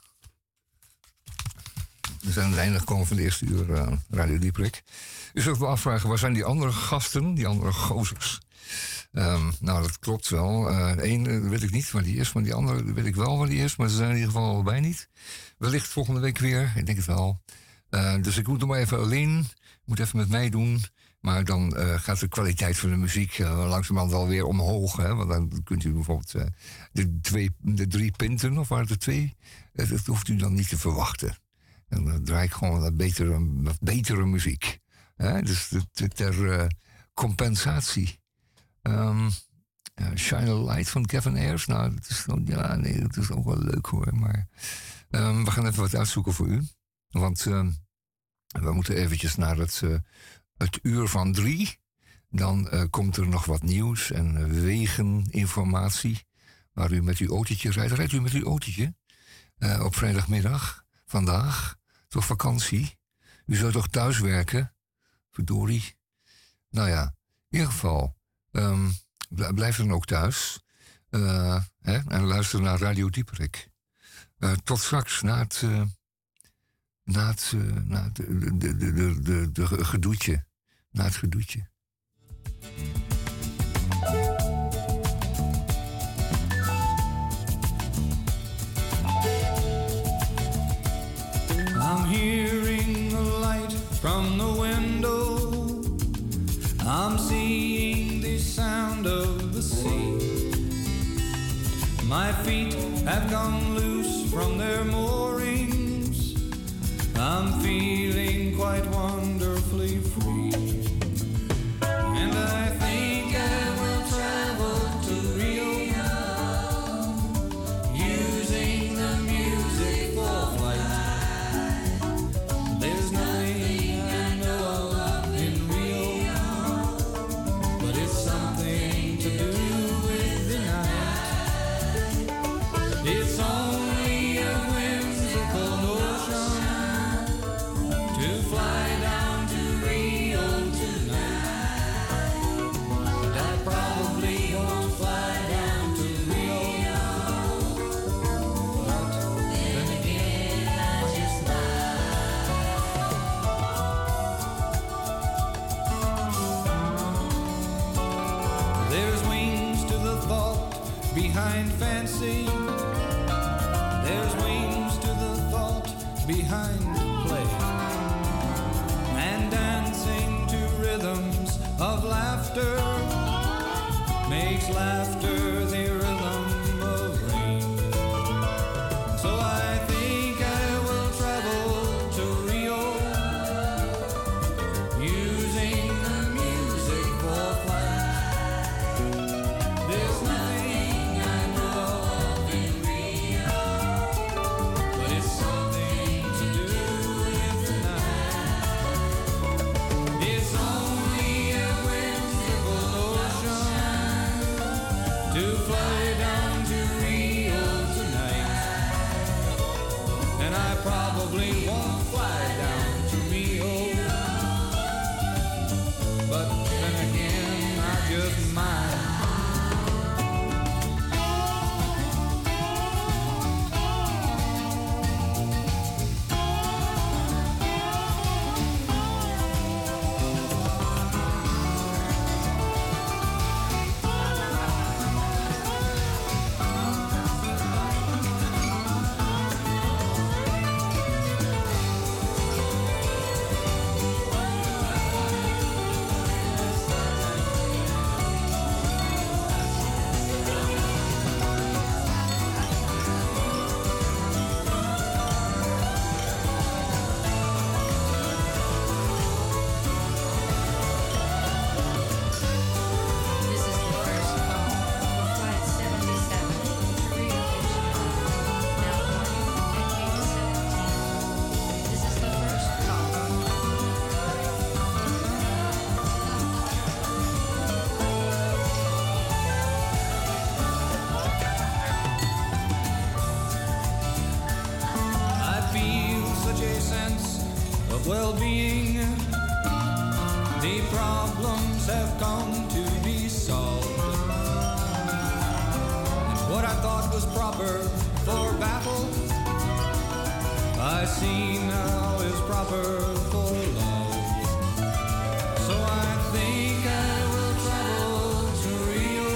Radio Dieprik. U zult wel afvragen, waar zijn die andere gasten, die andere gozers? Nou, dat klopt wel. De een weet ik niet waar die is, maar die andere weet ik wel waar die is. Maar ze zijn in ieder geval allebei niet. Wellicht volgende week weer, ik denk het wel. Dus ik moet nog maar even alleen. Ik moet even met mij doen. Maar dan gaat de kwaliteit van de muziek langzamerhand wel weer omhoog. Hè? Want dan kunt u bijvoorbeeld de 3 punten, of waren er 2? Dat hoeft u dan niet te verwachten. En dan draai ik gewoon wat betere muziek. Hè? Dus ter compensatie. Shine a Light van Kevin Ayers. Nou, dat is ook wel leuk hoor. Maar we gaan even wat uitzoeken voor u. Want we moeten eventjes naar het uur van 3. Dan komt er nog wat nieuws en wegeninformatie. Waar u met uw autootje rijdt. Rijdt u met uw autootje op vrijdagmiddag, vandaag, toch vakantie? U zou toch thuis werken? Verdorie. Nou ja, in ieder geval, blijf dan ook thuis. En luister naar Radio Dieperik. Tot straks, na het gedoetje. Na het gedoetje. I'm hearing the light from the window. I'm seeing the sound of the feet have gone loose from their moorings. I'm feeling quite wonderfully free. And I think I will travel to Rio, using the music for flight. There's nothing I know of in Rio, but it's something to do with the night. It's only a whimsical notion to fly down to Rio tonight. But I probably won't fly down to Rio. But then again, I just There's wings to the thought behind fancy. There's wings to the thought behind play. And dancing to rhythms of laughter makes laughter the rhythm of rain. So I think I will travel to Rio, using the music for flight. There's nothing I know of in Rio, but it's something to do with the night. It's only a whimsical notion to fly down to Rio tonight. And I probably won't fly down to Rio, but then again, I just might. This is the first call for Flight 77 to Rio de Janeiro. Now boarding at gate 17. This is the first call. I feel such a sense of well-being. The problems have come to be solved. And what I thought was proper for battle, I see now is proper for love. So I think I will travel to Rio,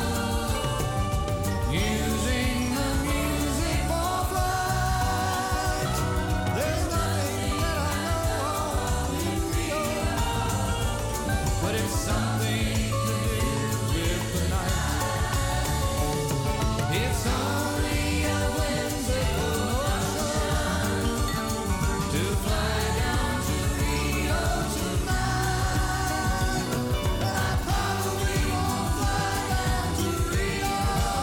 using the music for flight. There's nothing that I know of in Rio, but it's something to do with the night. It's only a whimsical notion to fly down to Rio tonight. I probably won't fly down to Rio,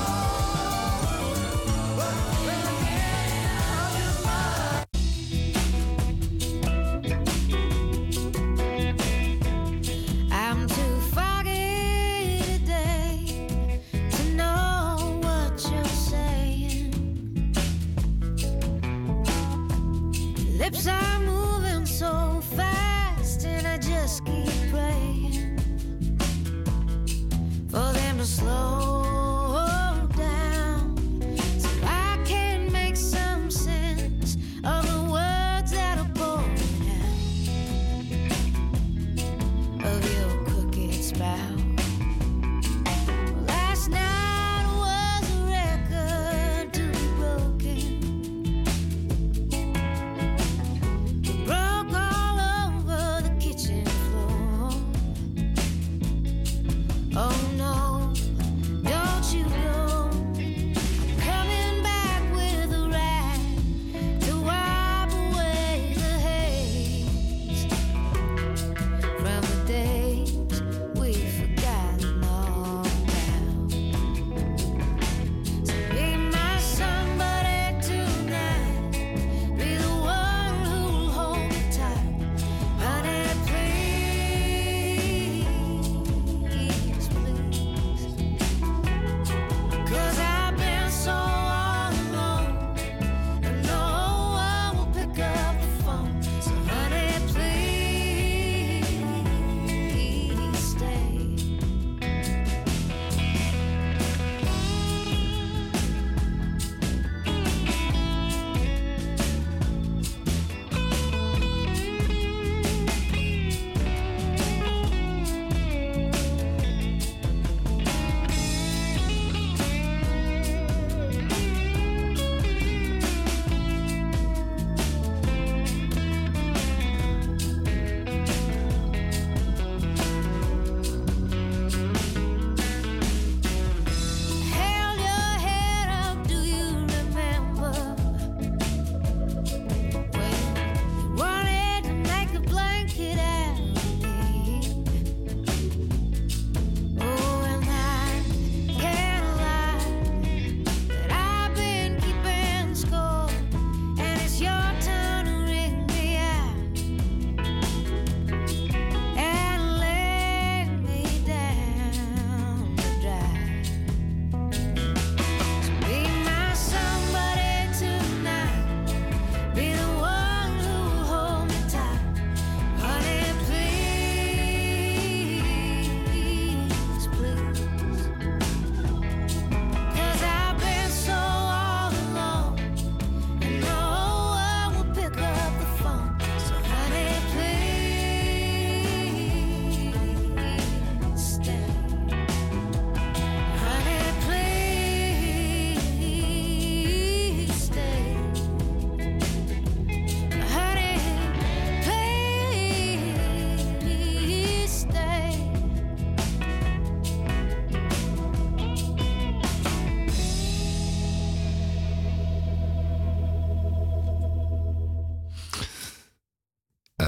but then again, I just might. I'm too foggy today to know what you're saying. Lips are moving so fast, and I just keep praying for them to slow down, so I can make some sense of the words that are pouring out of your crooked spout. Last night was a record to be broken. It broke all over the kitchen floor. Oh no, don't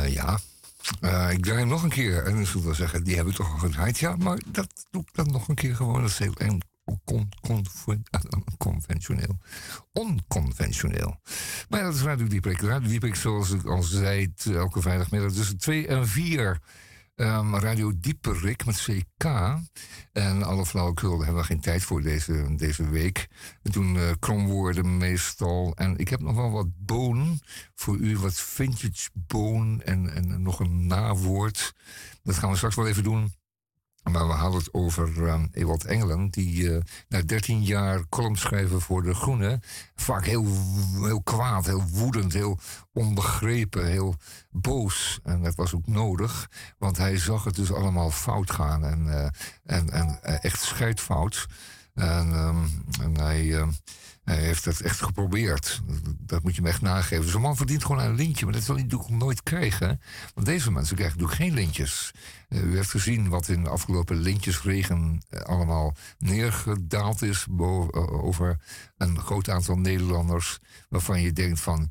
Ja. Ik draai hem nog een keer. En dan zullen we zeggen, die hebben we toch al gedraaid. Ja, maar dat doe ik dan nog een keer gewoon. Dat is heel conventioneel. Onconventioneel. Maar ja, dat is Radio Dieprik. Radio Dieprik, zoals ik al zei, elke vrijdagmiddag tussen 2 en 4. Radio Dieperik met CK. En alle flauwekul, daar hebben we geen tijd voor deze week. We doen kromwoorden meestal. En ik heb nog wel wat boon voor u. Wat vintage boon en nog een nawoord. Dat gaan we straks wel even doen. Maar we hadden het over Ewald Engelen, die na 13 jaar column schrijven voor De Groene. Vaak heel kwaad, heel woedend, heel onbegrepen, heel boos. En dat was ook nodig, want hij zag het dus allemaal fout gaan. En echt scheidfout. En hij heeft het echt geprobeerd. Dat moet je hem echt nageven. Zo'n man verdient gewoon een lintje, maar dat zal hij natuurlijk nooit krijgen. Want deze mensen krijgen natuurlijk geen lintjes. U heeft gezien wat in de afgelopen lintjesregen allemaal neergedaald is over een groot aantal Nederlanders. Waarvan je denkt van,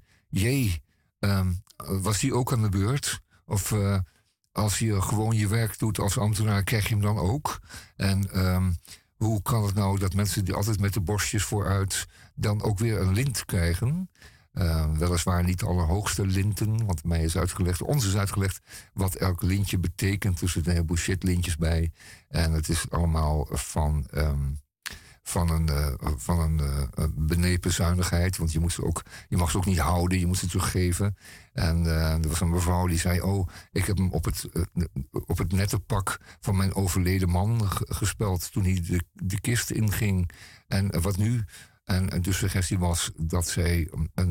was die ook aan de beurt? Of als je gewoon je werk doet als ambtenaar, krijg je hem dan ook? En hoe kan het nou dat mensen die altijd met de borstjes vooruit dan ook weer een lint krijgen? Weliswaar niet de allerhoogste linten, want mij is uitgelegd, ons is uitgelegd wat elk lintje betekent. Er zitten een heleboel shitlintjes bij. En het is allemaal van een benepen zuinigheid. Want je mag ze ook niet houden, je moet ze teruggeven. En er was een mevrouw die zei, ik heb hem op het nette pak van mijn overleden man gespeld toen hij de kist inging. En wat nu? En de suggestie was dat zij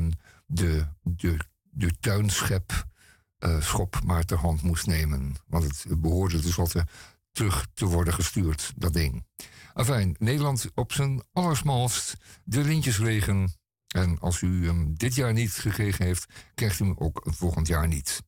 de tuinschop maar ter hand moest nemen. Want het behoorde tenslotte terug te worden gestuurd, dat ding. Enfin, Nederland op zijn allersmalst, de lintjesregen. En als u hem dit jaar niet gekregen heeft, krijgt u hem ook volgend jaar niet.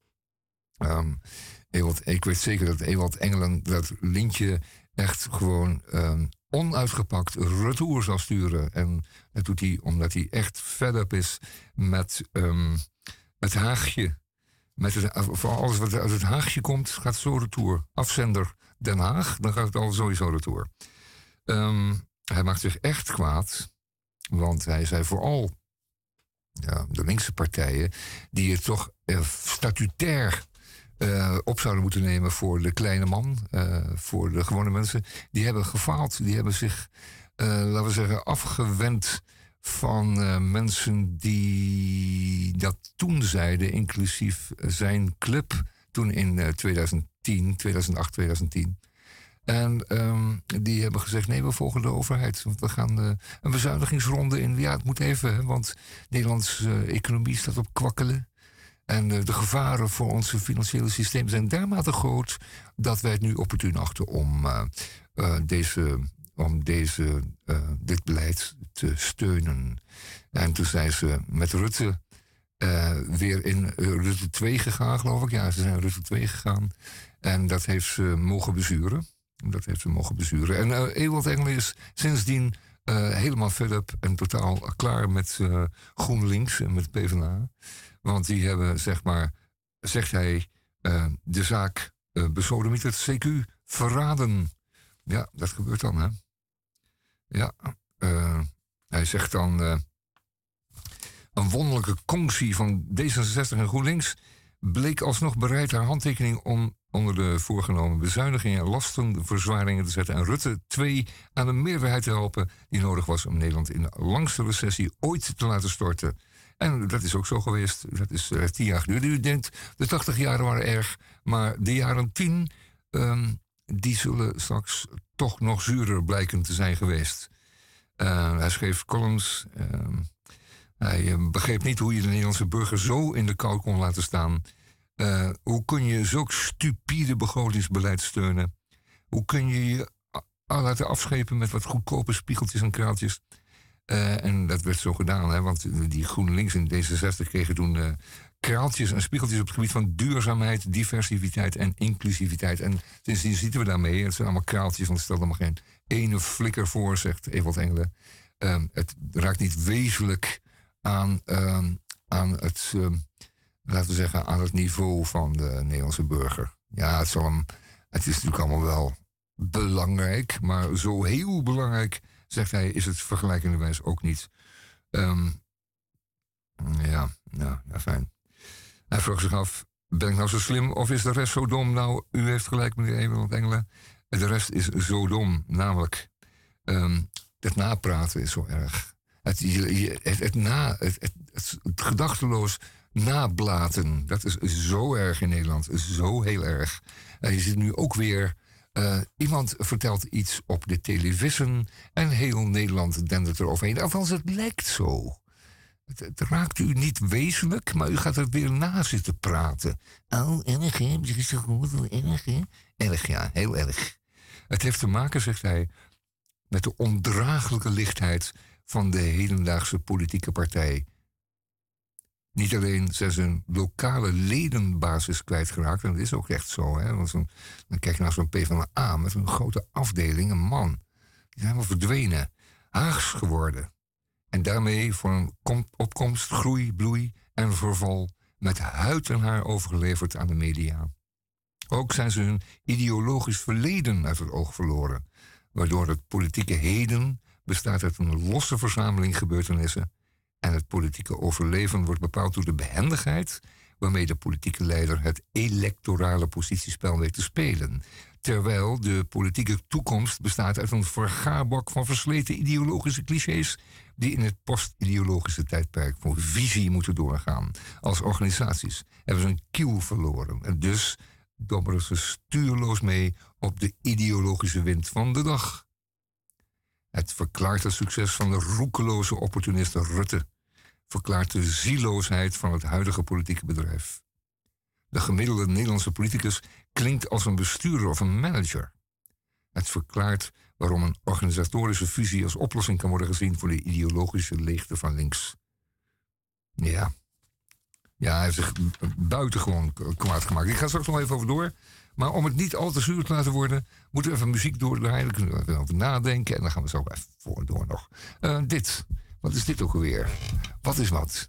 Ik weet zeker dat Ewald Engelen dat lintje echt gewoon onuitgepakt retour zal sturen. En dat doet hij omdat hij echt fed up is met het Haagje. Voor alles wat uit het Haagje komt, gaat zo retour. Afzender Den Haag, dan gaat het al sowieso retour. Hij maakt zich echt kwaad, want hij zei vooral de linkse partijen die het toch statutair op zouden moeten nemen voor de kleine man, voor de gewone mensen, die hebben gefaald. Die hebben zich, laten we zeggen, afgewend van mensen die dat toen zeiden, inclusief zijn club toen in 2008, 2010. En die hebben gezegd, nee, we volgen de overheid. Want we gaan een bezuinigingsronde in. Ja, het moet even, hè, want Nederlands economie staat op kwakkelen. En de gevaren voor ons financiële systeem zijn dermate groot dat wij het nu opportun achten om dit beleid te steunen. En toen zijn ze met Rutte weer in Rutte 2 gegaan, geloof ik. Ja, ze zijn Rutte 2 gegaan. En dat heeft ze mogen bezuren. En Ewald Engelen is sindsdien helemaal fed up en totaal klaar met GroenLinks en met PvdA. Want die hebben, zegt hij, de zaak besodemieterd CQ verraden. Ja, dat gebeurt dan, hè. Ja, hij zegt dan, een wonderlijke conctie van D66 en GroenLinks bleek alsnog bereid haar handtekening om onder de voorgenomen bezuinigingen en lastenverzwaringen te zetten en Rutte 2 aan een meerderheid te helpen die nodig was om Nederland in de langste recessie ooit te laten storten. En dat is ook zo geweest. Dat is 10 jaar geduurd. U denkt, de 80 jaren waren erg, maar de jaren 10, die zullen straks toch nog zuurder blijken te zijn geweest. Hij schreef columns. Hij begreep niet hoe je de Nederlandse burger zo in de kou kon laten staan. Hoe kun je zulk stupide begrotingsbeleid steunen? Hoe kun je je laten afschepen met wat goedkope spiegeltjes en kraaltjes? En dat werd zo gedaan, hè, want die GroenLinks en D66 kregen toen kraaltjes en spiegeltjes op het gebied van duurzaamheid, diversiteit en inclusiviteit. En sindsdien zitten we daarmee. Het zijn allemaal kraaltjes, want het stelt allemaal geen ene flikker voor, zegt Ewald Engelen. Het raakt niet wezenlijk aan laten we zeggen, aan het niveau van de Nederlandse burger. Ja, het is natuurlijk allemaal wel belangrijk, maar zo heel belangrijk, zegt hij, is het vergelijkenderwijs ook niet. Fijn. Hij vroeg zich af, ben ik nou zo slim of is de rest zo dom? Nou, u heeft gelijk, meneer Emerald Engelen. De rest is zo dom, namelijk het napraten is zo erg. Het gedachteloos nablaten, dat is zo erg in Nederland, zo heel erg. Je ziet nu ook weer, iemand vertelt iets op de televisie en heel Nederland dendert eroverheen. Althans, het lijkt zo. Het raakt u niet wezenlijk, maar u gaat er weer na zitten praten. Oh, erg hè? Is het goed? Erg hè? Erg, ja, heel erg. Het heeft te maken, zegt hij, met de ondraaglijke lichtheid van de hedendaagse politieke partij. Niet alleen zijn ze een lokale ledenbasis kwijtgeraakt, en dat is ook echt zo. Hè? Want dan kijk je naar zo'n PvdA met een grote afdeling, een man. Die zijn helemaal verdwenen, Haags geworden. En daarmee voor een opkomst, groei, bloei en verval met huid en haar overgeleverd aan de media. Ook zijn ze hun ideologisch verleden uit het oog verloren, waardoor het politieke heden bestaat uit een losse verzameling gebeurtenissen en het politieke overleven wordt bepaald door de behendigheid waarmee de politieke leider het electorale positiespel weet te spelen. Terwijl de politieke toekomst bestaat uit een vergaarbak van versleten ideologische clichés die in het post-ideologische tijdperk voor visie moeten doorgaan. Als organisaties hebben ze een kiel verloren en dus dobberen ze stuurloos mee op de ideologische wind van de dag. Het verklaart het succes van de roekeloze opportunist Rutte. Verklaart de zieloosheid van het huidige politieke bedrijf. De gemiddelde Nederlandse politicus klinkt als een bestuurder of een manager. Het verklaart waarom een organisatorische fusie als oplossing kan worden gezien voor de ideologische leegte van links. Ja, hij heeft zich buitengewoon kwaad gemaakt. Ik ga straks nog even over door. Maar om het niet al te zuur te laten worden, moeten we even muziek doordraaien. Dan kunnen we even over nadenken. En dan gaan we zo even voor en door nog. Dit. Wat is dit ook alweer? Wat is wat?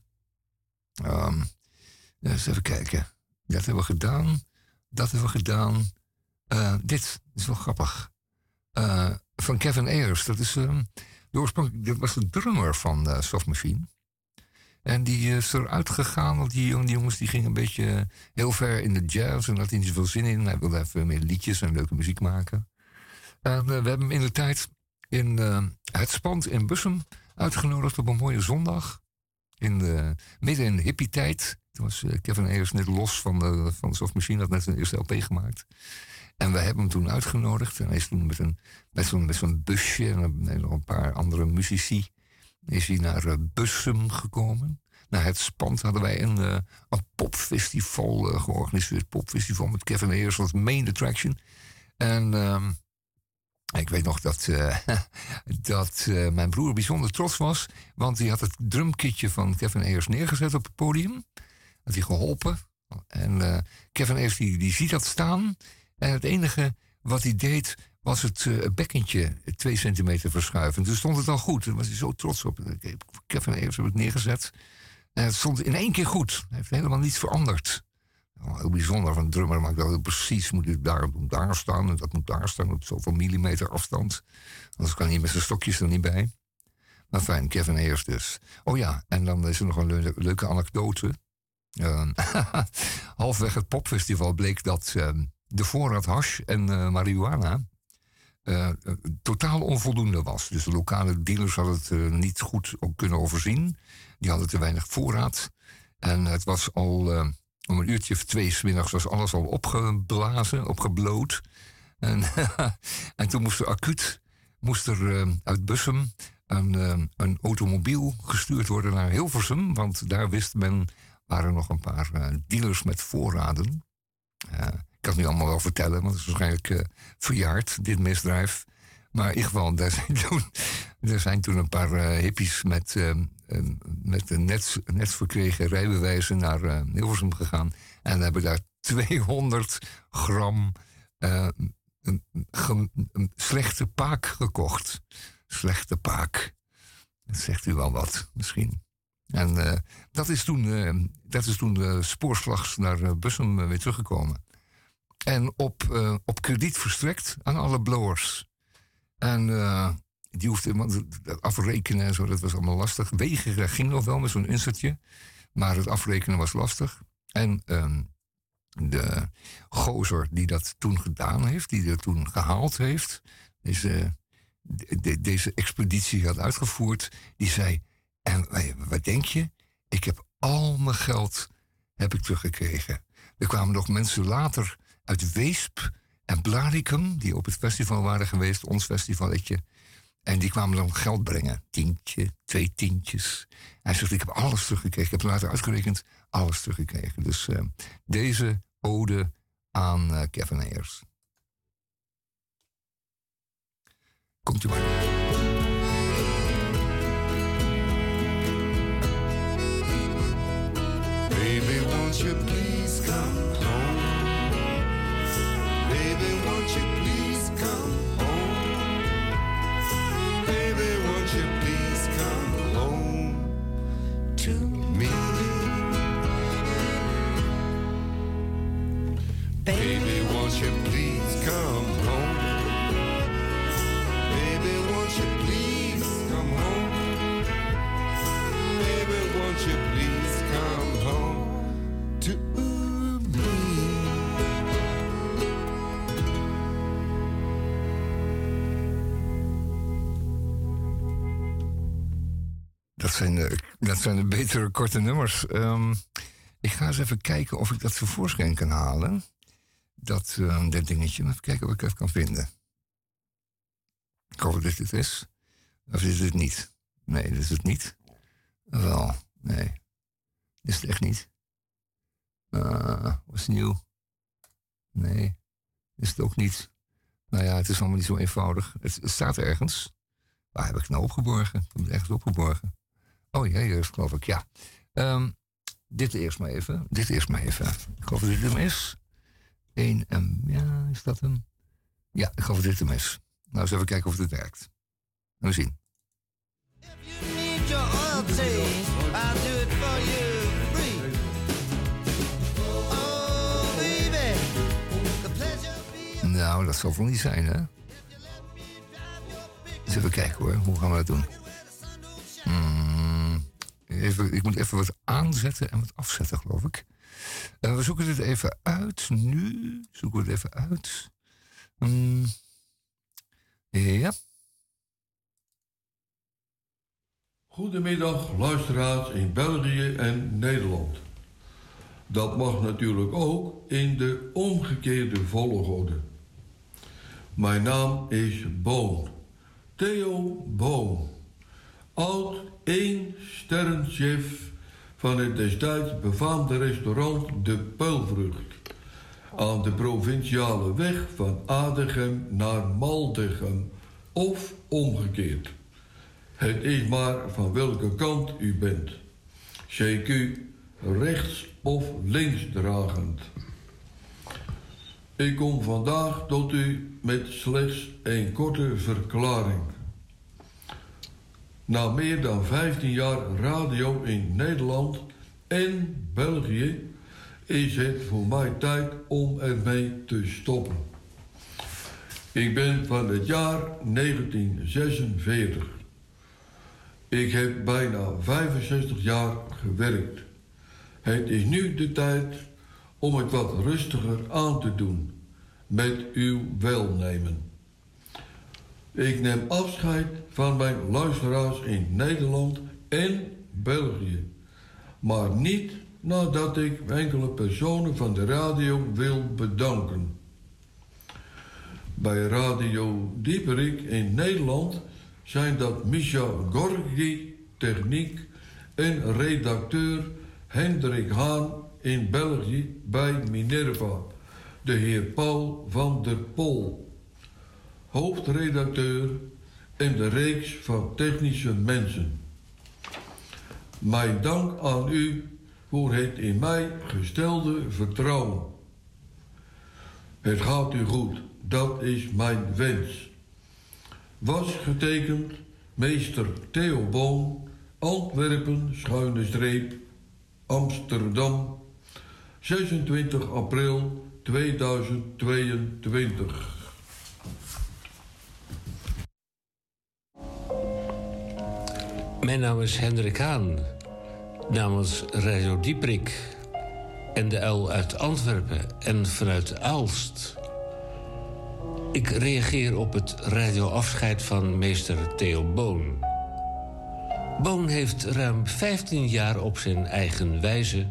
Eens even kijken. Dat hebben we gedaan. Dit is wel grappig. Van Kevin Ayers. Dat is dat was de drummer van Soft Machine. En die is eruit gegaan, want die jongens die gingen een beetje heel ver in de jazz. En had hij niet zoveel zin in. Hij wilde even meer liedjes en leuke muziek maken. En we hebben hem in de tijd in het Spand in Bussum uitgenodigd op een mooie zondag. Midden in de hippie-tijd. Toen was Kevin Ayers net los van de Soft Machine, had net zijn eerste LP gemaakt. En we hebben hem toen uitgenodigd. En hij is toen met zo'n busje en nog een paar andere muzici is hij naar Bussum gekomen. Naar het Spand hadden wij een popfestival georganiseerd. Popfestival met Kevin Ayers als main attraction. En ik weet nog dat mijn broer bijzonder trots was. Want hij had het drumkitje van Kevin Ayers neergezet op het podium. Had hij geholpen. En Kevin Ayers die ziet dat staan. En het enige wat hij deed was het bekkentje 2 centimeter verschuiven. Toen stond het al goed. Daar was hij zo trots op. Kevin Ayers heb ik neergezet. En het stond in 1 keer goed. Hij heeft helemaal niets veranderd. Heel bijzonder van een drummer, maar ik dacht precies, moet dit daar staan en dat moet daar staan op zoveel millimeter afstand. Anders kan hij met zijn stokjes er niet bij. Maar fijn, Kevin Ayers dus. Oh ja, en dan is er nog een leuke anekdote. Halfweg het popfestival bleek dat de voorraad hash en marihuana totaal onvoldoende was. Dus de lokale dealers hadden het niet goed kunnen overzien. Die hadden te weinig voorraad. En het was al om 1 uurtje of 2 's middags was alles al opgeblazen, opgebloot. En toen moest er uit Bussum een automobiel gestuurd worden naar Hilversum. Want daar wist men, waren nog een paar dealers met voorraden. Ik kan het niet allemaal wel vertellen, want het is waarschijnlijk verjaard, dit misdrijf. Maar in ieder geval, er zijn toen een paar hippies met een net verkregen rijbewijzen naar Hilversum gegaan. En hebben daar 200 gram slechte paak gekocht. Slechte paak. Dat zegt u wel wat, misschien. En dat is toen spoorslags naar Bussum weer teruggekomen. En op krediet verstrekt aan alle blowers. En die hoefde afrekenen en zo, dat was allemaal lastig. Wegen ging nog wel met zo'n insertje. Maar het afrekenen was lastig. En de gozer die dat toen gedaan heeft, die dat toen gehaald heeft, deze expeditie had uitgevoerd, die zei: en wat denk je? Ik heb al mijn geld teruggekregen. Er kwamen nog mensen later uit Weesp en Blaricum, die op het festival waren geweest, ons festivalletje. En die kwamen dan geld brengen. 10, 2 tientjes. Hij zegt, ik heb alles teruggekregen. Ik heb later uitgerekend, alles teruggekregen. Dus deze ode aan Kevin Ayers. Komt u maar. Baby, won't you please come home? Baby, won't you please come home? Baby, won't you please come home to me? Baby, won't you please come home? Baby, won't you please come home? Baby, won't you please come home to me? Dat zijn de betere korte nummers. Ik ga eens even kijken of ik dat tevoorschijn kan halen. Dat dingetje. Even kijken of ik het kan vinden. Ik hoop dat dit het is. Of is het niet? Nee, dit is het niet. Wel, nee. Dit is het echt niet. Wat is nieuw? Nee, is het ook niet. Nou ja, het is allemaal niet zo eenvoudig. Het staat ergens. Waar heb ik het nou opgeborgen? Ik heb het ergens opgeborgen. Oh ja, hier is het, geloof ik, ja. Dit eerst maar even. Ik geloof dat dit hem is. 1M, ja, is dat hem? Ja, ik geloof dat dit hem is. Nou, eens even kijken of het werkt. We zien. Nou, dat zal het wel niet zijn, hè? Dus even kijken hoor, hoe gaan we dat doen? Ik moet even wat aanzetten en wat afzetten, geloof ik. We zoeken dit even uit. Nu zoeken we het even uit. Ja. Goedemiddag, luisteraars in België en Nederland. Dat mag natuurlijk ook in de omgekeerde volgorde. Mijn naam is Boon. Theo Boon. Oud 1-sterrenchef van het destijds befaamde restaurant De Peulvrucht. Aan de provinciale weg van Adegem naar Maldegem. Of omgekeerd. Het is maar van welke kant u bent. CQ rechts of linksdragend. Ik kom vandaag tot u met slechts een korte verklaring. Na meer dan 15 jaar radio in Nederland en België is het voor mij tijd om ermee te stoppen. Ik ben van het jaar 1946. Ik heb bijna 65 jaar gewerkt. Het is nu de tijd om het wat rustiger aan te doen, met uw welnemen. Ik neem afscheid van mijn luisteraars in Nederland en België, maar niet nadat ik enkele personen van de radio wil bedanken. Bij Radio Dieperik in Nederland zijn dat Misha Gorgi, techniek, en redacteur Hendrik Haan in België bij Minerva, de heer Paul van der Pol, hoofdredacteur en de reeks van technische mensen. Mijn dank aan u voor het in mij gestelde vertrouwen. Het gaat u goed, dat is mijn wens. Was getekend meester Theo Boon, Antwerpen, Amsterdam, 26 april 2022. Mijn naam is Hendrik Haan, namens Radio Dieprik en de Uil uit Antwerpen en vanuit Aalst. Ik reageer op het radioafscheid van meester Theo Boon. Boon heeft ruim 15 jaar op zijn eigenwijze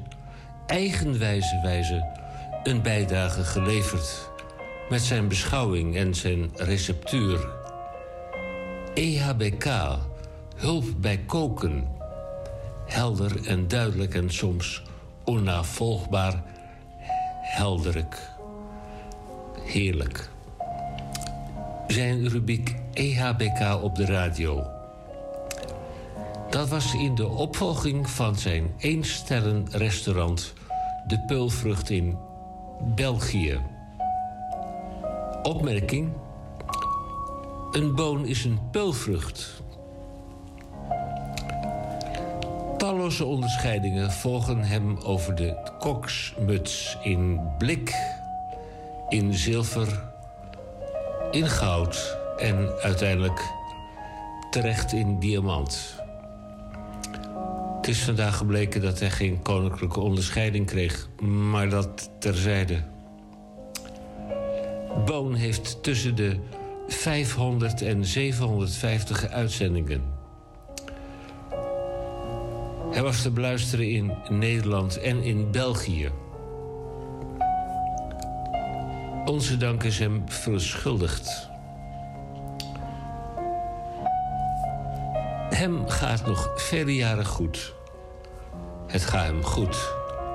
een bijdrage geleverd met zijn beschouwing en zijn receptuur. EHBK, hulp bij koken. Helder en duidelijk en soms onnavolgbaar helderlijk. Heerlijk. Zijn rubriek EHBK op de radio. Dat was in de opvolging van zijn eensterrenrestaurant De Peulvrucht in België. Opmerking: een boon is een peulvrucht. Talloze onderscheidingen volgen hem over de koksmuts in blik, in zilver, in goud en uiteindelijk terecht in diamant. Het is vandaag gebleken dat hij geen koninklijke onderscheiding kreeg, maar dat terzijde. Boon heeft tussen de 500 en 750 uitzendingen. Hij was te beluisteren in Nederland en in België. Onze dank is hem verschuldigd. Hem gaat nog vele jaren goed. Het gaat hem goed.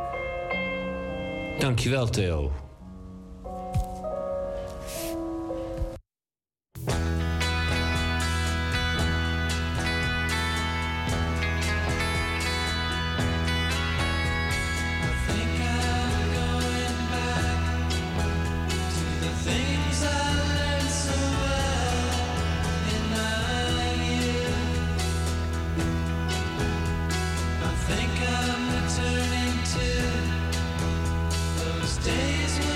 Dankjewel, Theo. Think I'm returning to those days.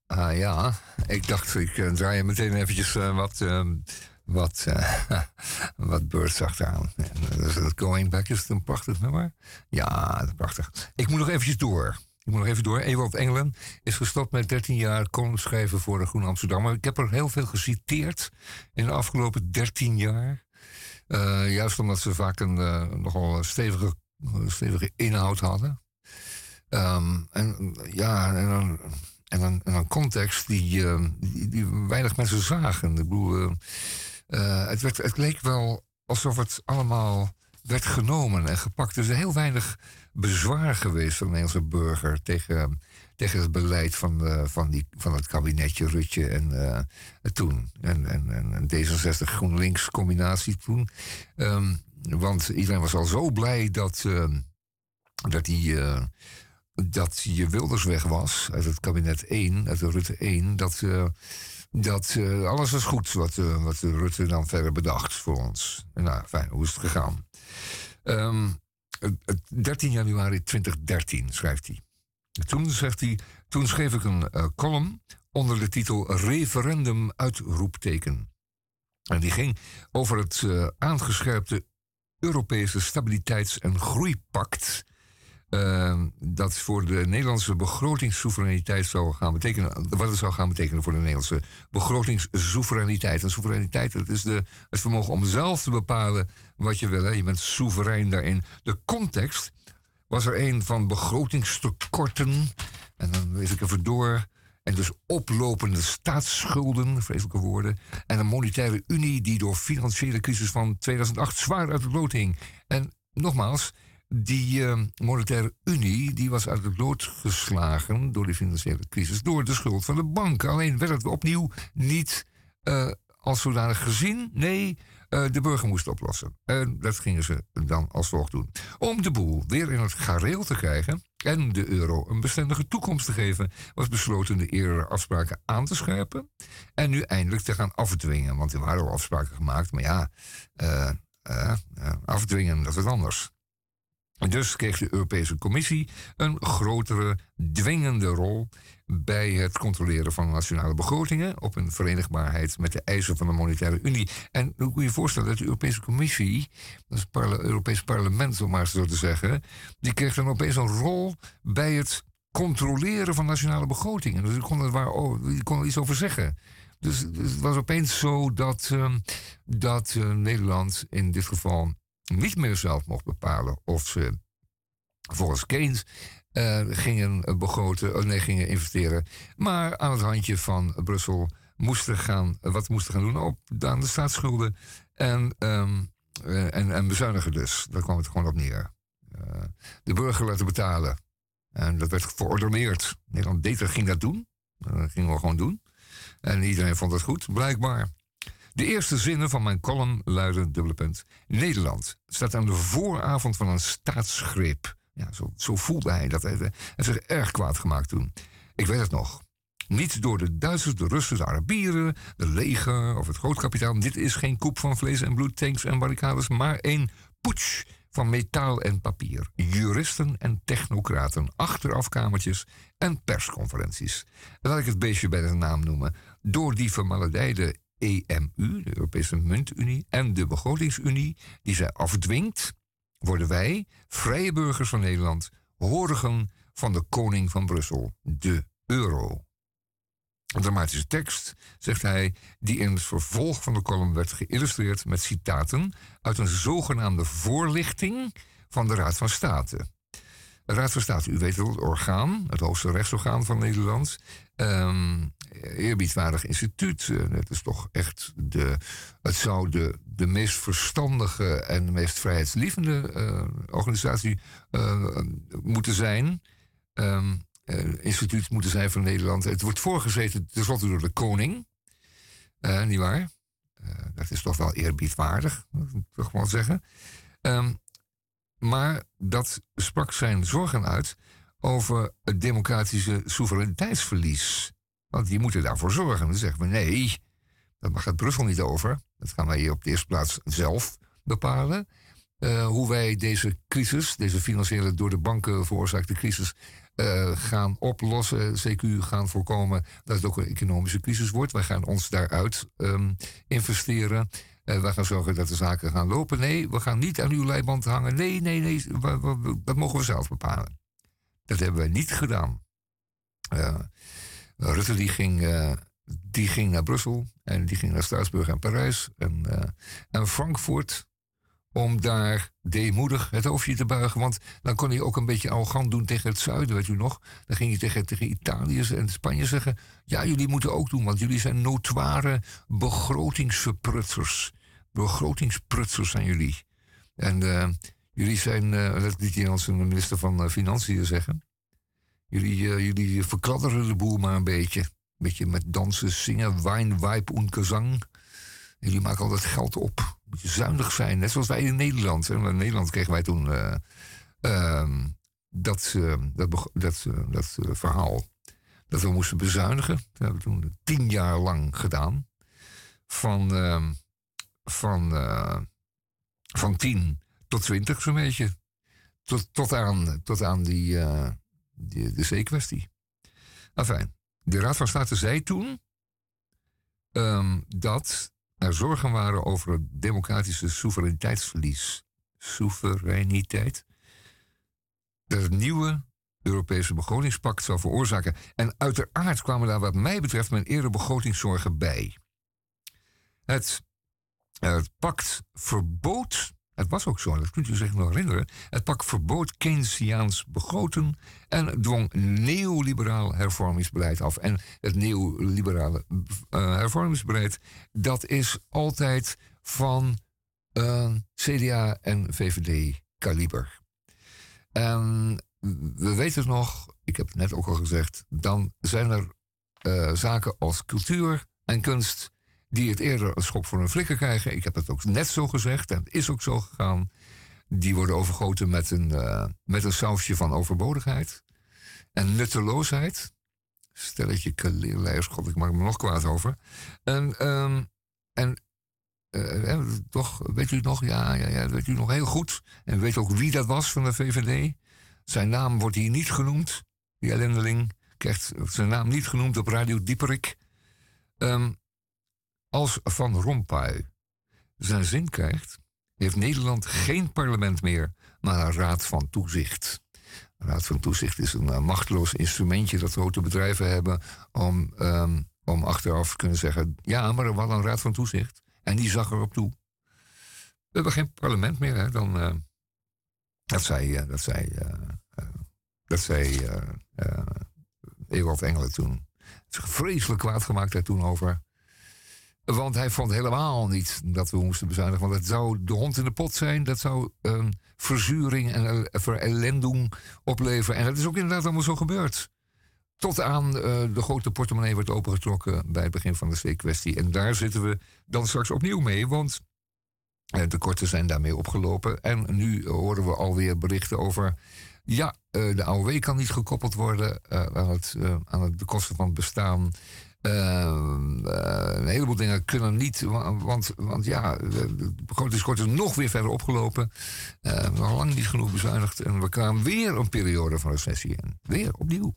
Ja, ik dacht, ik draai je meteen eventjes wat Birds achteraan. Dus dat Going Back, is het een prachtig nummer? Ja, dat is prachtig. Ik moet nog eventjes door. Ewald Engelen is gestopt met 13 jaar columns schrijven voor de Groene Amsterdammer. Ik heb er heel veel geciteerd in de afgelopen 13 jaar. Juist omdat ze vaak een nogal stevige inhoud hadden. En een context die weinig mensen zagen. Ik bedoel, het leek wel alsof het allemaal werd genomen en gepakt. Er is heel weinig bezwaar geweest van de Nederlandse burger tegen het beleid van het kabinetje Rutje en toen. En D66 GroenLinks combinatie toen. Want iedereen was al zo blij dat je Wilders weg was uit het kabinet 1, uit de Rutte 1, dat alles was goed wat Rutte dan verder bedacht voor ons. Nou, fijn, hoe is het gegaan? 13 januari 2013 schrijft hij. Toen schreef ik een column onder de titel Referendum uitroepteken. En die ging over het aangescherpte Europese Stabiliteits- en Groeipact. Dat voor de Nederlandse begrotingssoevereiniteit zou gaan betekenen. Wat het zou gaan betekenen voor de Nederlandse begrotingssoevereiniteit. En soevereiniteit, dat is het vermogen om zelf te bepalen wat je wil. Hè. Je bent soeverein daarin. De context was er een van begrotingstekorten. En dan lees ik even door. En dus oplopende staatsschulden, vreselijke woorden. En een monetaire unie die door financiële crisis van 2008 zwaar uit het lood hing. En nogmaals, die monetaire unie die was uit het lood geslagen door de financiële crisis, door de schuld van de banken. Alleen werd het opnieuw niet als zodanig gezien. Nee, de burger moest oplossen. En dat gingen ze dan als volgt doen. Om de boel weer in het gareel te krijgen en de euro een bestendige toekomst te geven, was besloten de eerdere afspraken aan te scherpen en nu eindelijk te gaan afdwingen. Want er waren al afspraken gemaakt, maar ja, afdwingen, dat is anders. En dus kreeg de Europese Commissie een grotere dwingende rol bij het controleren van nationale begrotingen op een verenigbaarheid met de eisen van de monetaire unie. En hoe kun je je voorstellen dat de Europese Commissie, dat is het Europees Parlement om maar zo te zeggen, die kreeg dan opeens een rol bij het controleren van nationale begrotingen. Dus die kon er iets over zeggen. Dus het was opeens zo dat Nederland in dit geval niet meer zelf mocht bepalen of ze volgens Keynes gingen investeren, maar aan het handje van Brussel moesten gaan doen aan de staatsschulden en bezuinigen dus. Daar kwam het gewoon op neer. De burger laten betalen. En dat werd verordoneerd. Nederland ging dat doen. Dat gingen we gewoon doen. En iedereen vond het goed, blijkbaar. De eerste zinnen van mijn column luiden: Nederland staat aan de vooravond van een staatsgreep. Ja, zo voelde hij dat. Hij heeft zich erg kwaad gemaakt toen. Ik weet het nog. Niet door de Duitsers, de Russen, de Arabieren, de leger of het grootkapitaal. Dit is geen koep van vlees en bloed, tanks en barricades, maar een putsch van metaal en papier. Juristen en technocraten, achterafkamertjes en persconferenties. Laat ik het beestje bij de naam noemen. Door die vermaledijde EMU, de Europese Muntunie, en de Begrotingsunie, die zij afdwingt, worden wij, vrije burgers van Nederland, horigen van de koning van Brussel, de euro. Een dramatische tekst, zegt hij, die in het vervolg van de column werd geïllustreerd met citaten uit een zogenaamde voorlichting van de Raad van State. De Raad van State, u weet wel, het orgaan, het hoogste rechtsorgaan van Nederland. Eerbiedwaardig instituut. Het is toch echt het zou de meest verstandige en de meest vrijheidslievende organisatie moeten zijn. Instituut moeten zijn van Nederland. Het wordt voorgezeten tenslotte door de koning. Niet waar? Dat is toch wel eerbiedwaardig, moet ik toch wel zeggen. Maar dat sprak zijn zorgen uit over het democratische soevereiniteitsverlies. Want die moeten daarvoor zorgen. Dan zeggen we nee, dat gaat Brussel niet over. Dat gaan wij hier op de eerste plaats zelf bepalen. Hoe wij deze crisis, deze financiële door de banken veroorzaakte crisis, gaan oplossen. CQ gaan voorkomen dat het ook een economische crisis wordt. Wij gaan ons daaruit investeren. Wij gaan zorgen dat de zaken gaan lopen. Nee, we gaan niet aan uw leiband hangen. Nee. Dat mogen we zelf bepalen. Dat hebben wij niet gedaan. Rutte die ging naar Brussel. En die ging naar Straatsburg en Parijs. En Frankfurt. Om daar deemoedig het hoofdje te buigen. Want dan kon hij ook een beetje arrogant doen tegen het zuiden, weet u nog. Dan ging hij tegen Italiërs en Spanje zeggen... ja, jullie moeten ook doen, want jullie zijn notoire begrotingsverprutsers. Begrotingsprutsers zijn jullie. En jullie zijn, dat liet hij onze minister van Financiën zeggen... Jullie verkladderen de boel maar een beetje. Een beetje met dansen, zingen, wijn, wijp en gezang... Jullie maken al dat geld op. Moet je zuinig zijn, net zoals wij in Nederland. En in Nederland kregen wij toen dat verhaal. Dat we moesten bezuinigen. Dat hebben we toen 10 jaar lang gedaan. Van 10 tot 20 zo'n beetje. Tot aan de C-kwestie. Enfin, de Raad van State zei toen... dat... er zorgen waren over het democratische soevereiniteitsverlies. Soevereiniteit. Dat het nieuwe Europese begrotingspact zou veroorzaken. En uiteraard kwamen daar wat mij betreft mijn eerder begrotingszorgen bij. Het pact verbood... Het was ook zo, dat kunt u zich nog herinneren. Het pact verbood Keynesiaans begroten en dwong neoliberaal hervormingsbeleid af. En het neoliberale hervormingsbeleid, dat is altijd van CDA en VVD-kaliber. En we weten nog, ik heb het net ook al gezegd, dan zijn er zaken als cultuur en kunst... die het eerder een schop voor een flikker krijgen. Ik heb het ook net zo gezegd en het is ook zo gegaan. Die worden overgoten met een sausje van overbodigheid. En nutteloosheid. Stelletje kaleerlijers, god, ik maak me nog kwaad over. Toch, weet u nog? Ja, weet u nog heel goed. En weet ook wie dat was van de VVD. Zijn naam wordt hier niet genoemd. Die ellendeling krijgt zijn naam niet genoemd op Radio Dieperik. Als Van Rompuy zijn zin krijgt, heeft Nederland geen parlement meer, maar een raad van toezicht. Een raad van toezicht is een machteloos instrumentje dat grote bedrijven hebben om achteraf te kunnen zeggen, ja, maar er was een raad van toezicht en die zag erop toe. We hebben geen parlement meer, hè? Dat zei Ewald Engelen toen. Het is vreselijk kwaad gemaakt daar toen over. Want hij vond helemaal niet dat we moesten bezuinigen. Want het zou de hond in de pot zijn. Dat zou verzuring en verellending opleveren. En dat is ook inderdaad allemaal zo gebeurd. Tot aan de grote portemonnee wordt opengetrokken bij het begin van de C-kwestie. En daar zitten we dan straks opnieuw mee. Want de tekorten zijn daarmee opgelopen. En nu horen we alweer berichten over... ja, de AOW kan niet gekoppeld worden aan de kosten van het bestaan... een heleboel dingen kunnen niet, want ja, de begrotingskort is nog weer verder opgelopen. Nog lang niet genoeg bezuinigd. En we kwamen weer een periode van recessie in. Weer opnieuw.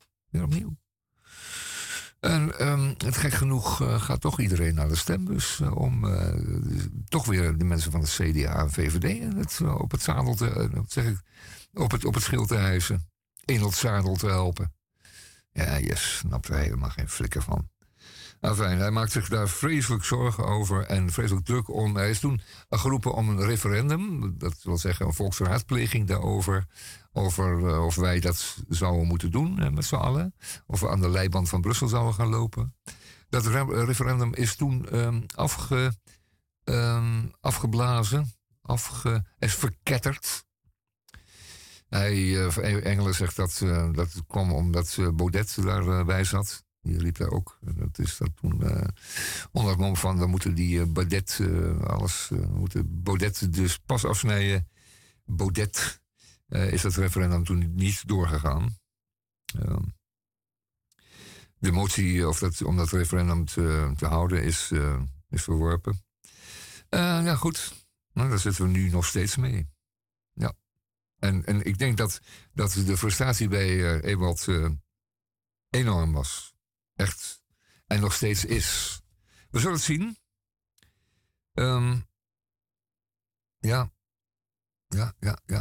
En het gek genoeg gaat toch iedereen naar de stembus om toch weer de mensen van de CDA en VVD op het zadel op het schild te hijsen. In het zadel te helpen. Ja, je snapt er helemaal geen flikker van. Enfin, hij maakt zich daar vreselijk zorgen over en vreselijk druk om. Hij is toen geroepen om een referendum, dat wil zeggen een volksraadpleging daarover. Of wij dat zouden moeten doen met z'n allen. Of we aan de leiband van Brussel zouden gaan lopen. Dat referendum is toen afgeblazen, is verketterd. Engelen zegt dat het kwam omdat Baudet daarbij zat. Die riep daar ook. Dat is dat toen onder het mom van... dan moeten die Baudet Baudet dus pas afsnijden. Baudet is dat referendum toen niet doorgegaan. De motie om dat referendum te houden is verworpen. Ja, goed. Nou, daar zitten we nu nog steeds mee. Ja. En ik denk dat de frustratie bij Ewald enorm was. Echt. En nog steeds is. We zullen het zien. Ja. Ja.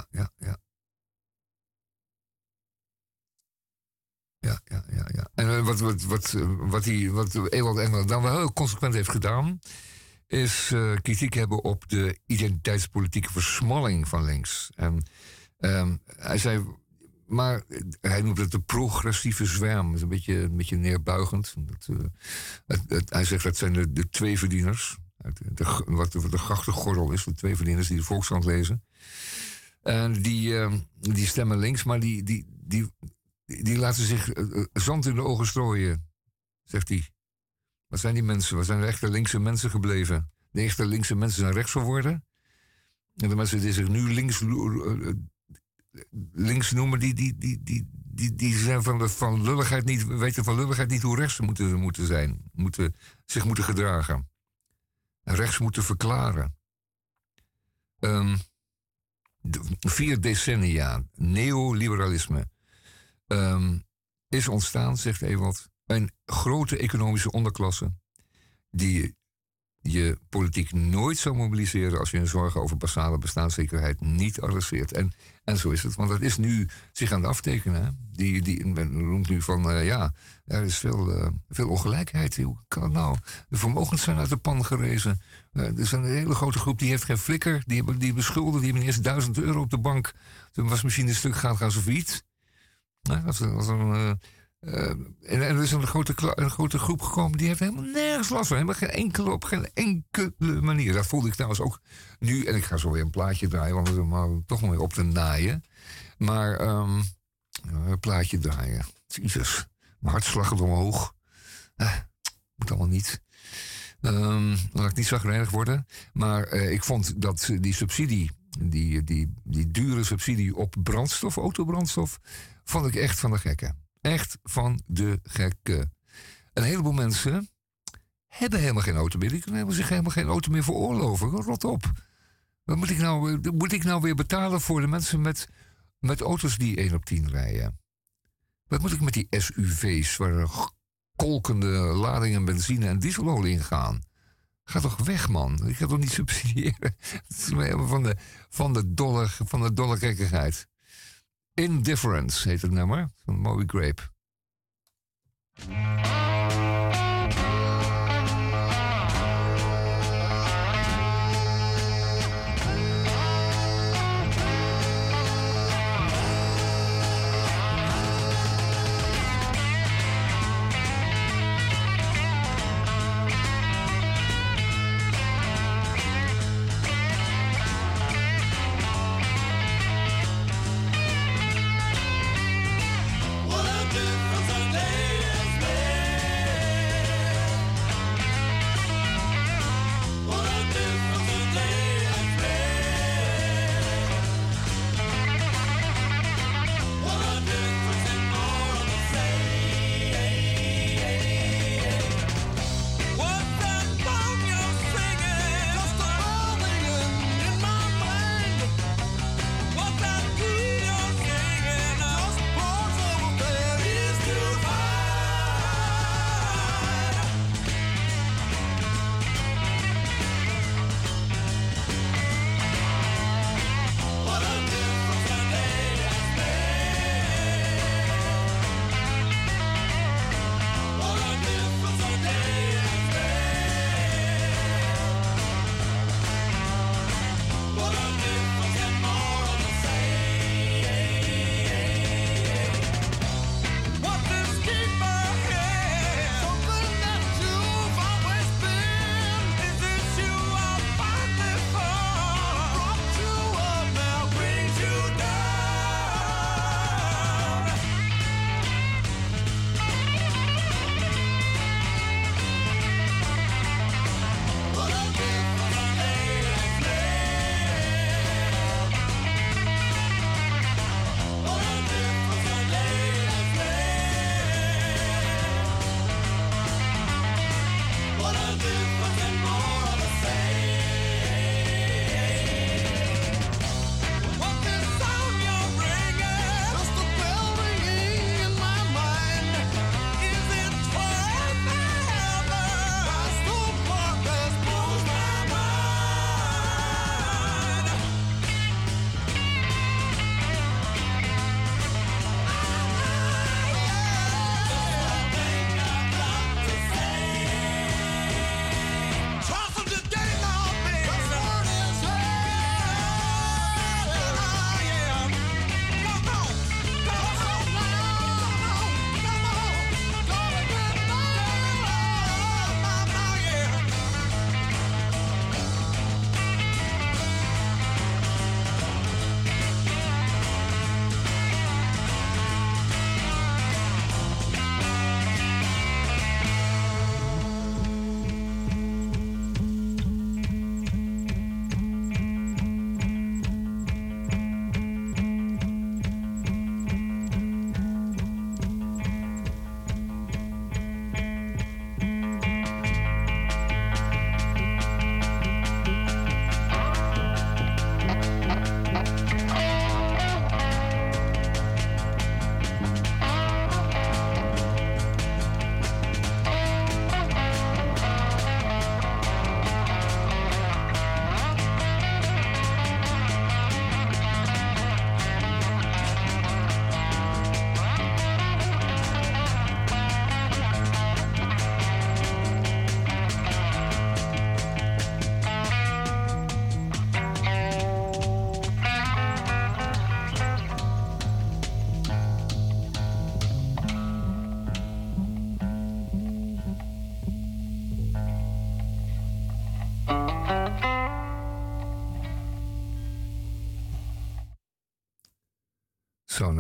En wat Ewald Engelen dan wel heel consequent heeft gedaan, is kritiek hebben op de identiteitspolitieke versmalling van links. En hij zei, maar hij noemt het de progressieve zwerm. Dat is een beetje neerbuigend. Hij zegt dat zijn de twee verdieners. Wat de grachtengordel is, de twee verdieners die de Volkskrant lezen. En die stemmen links, maar die laten zich zand in de ogen strooien, zegt hij. Wat zijn die mensen? Wat zijn de echte linkse mensen gebleven? De echte linkse mensen zijn rechts geworden. En de mensen die zich nu links noemen, die zijn van lulligheid niet, weten van lulligheid niet hoe rechts ze moeten zijn. Zich moeten gedragen. En rechts moeten verklaren. 4 decennia neoliberalisme is ontstaan, zegt Ewald. Een grote economische onderklasse die je politiek nooit zou mobiliseren als je een zorgen over basale bestaanszekerheid niet adresseert. En zo is het, want dat is nu zich aan het aftekenen. Men noemt nu van, er is veel ongelijkheid. Hoe kan het nou? De vermogens zijn uit de pan gerezen. Er is een hele grote groep die heeft geen flikker. Die beschuldigd, die hebben eerst €1000 op de bank. De wasmachine een stuk gaan ze failliet. En er is een grote groep gekomen die heeft helemaal nergens last van. Op geen enkele manier. Dat voelde ik trouwens ook nu. En ik ga zo weer een plaatje draaien, want we maar toch nog weer op te naaien. Maar een plaatje draaien. Jezus, mijn hartslag gaat omhoog. Moet allemaal niet. Laat ik niet zagrijnig worden. Maar ik vond dat die subsidie, die dure subsidie op brandstof, autobrandstof, vond ik echt van de gekken. Echt van de gekken. Een heleboel mensen hebben helemaal geen auto meer. Die kunnen zich helemaal geen auto meer veroorloven. Rot op. Wat moet ik nou weer betalen voor de mensen met auto's die 1 op 10 rijden? Wat moet ik met die SUV's waar er kolkende ladingen benzine en dieselolie in gaan? Ga toch weg, man. Ik ga toch niet subsidiëren. Het is helemaal van de dolle gekkigheid. Indifference heet het nummer van Moby Grape.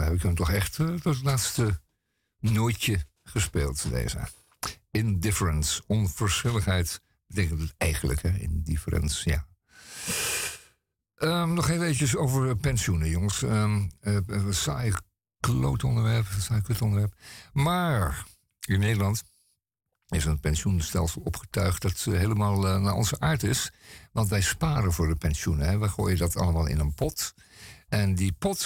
dan heb ik hem toch echt dat laatste nootje gespeeld, deze. Indifference, onverschilligheid, betekent het eigenlijk, hè? Indifference, ja. Nog heel eventjes over pensioenen, jongens. Saai klootonderwerp, saai kutonderwerp. Maar in Nederland is een pensioenstelsel opgetuigd dat helemaal naar onze aard is. Want wij sparen voor de pensioenen. Hè. We gooien dat allemaal in een pot. En die pot,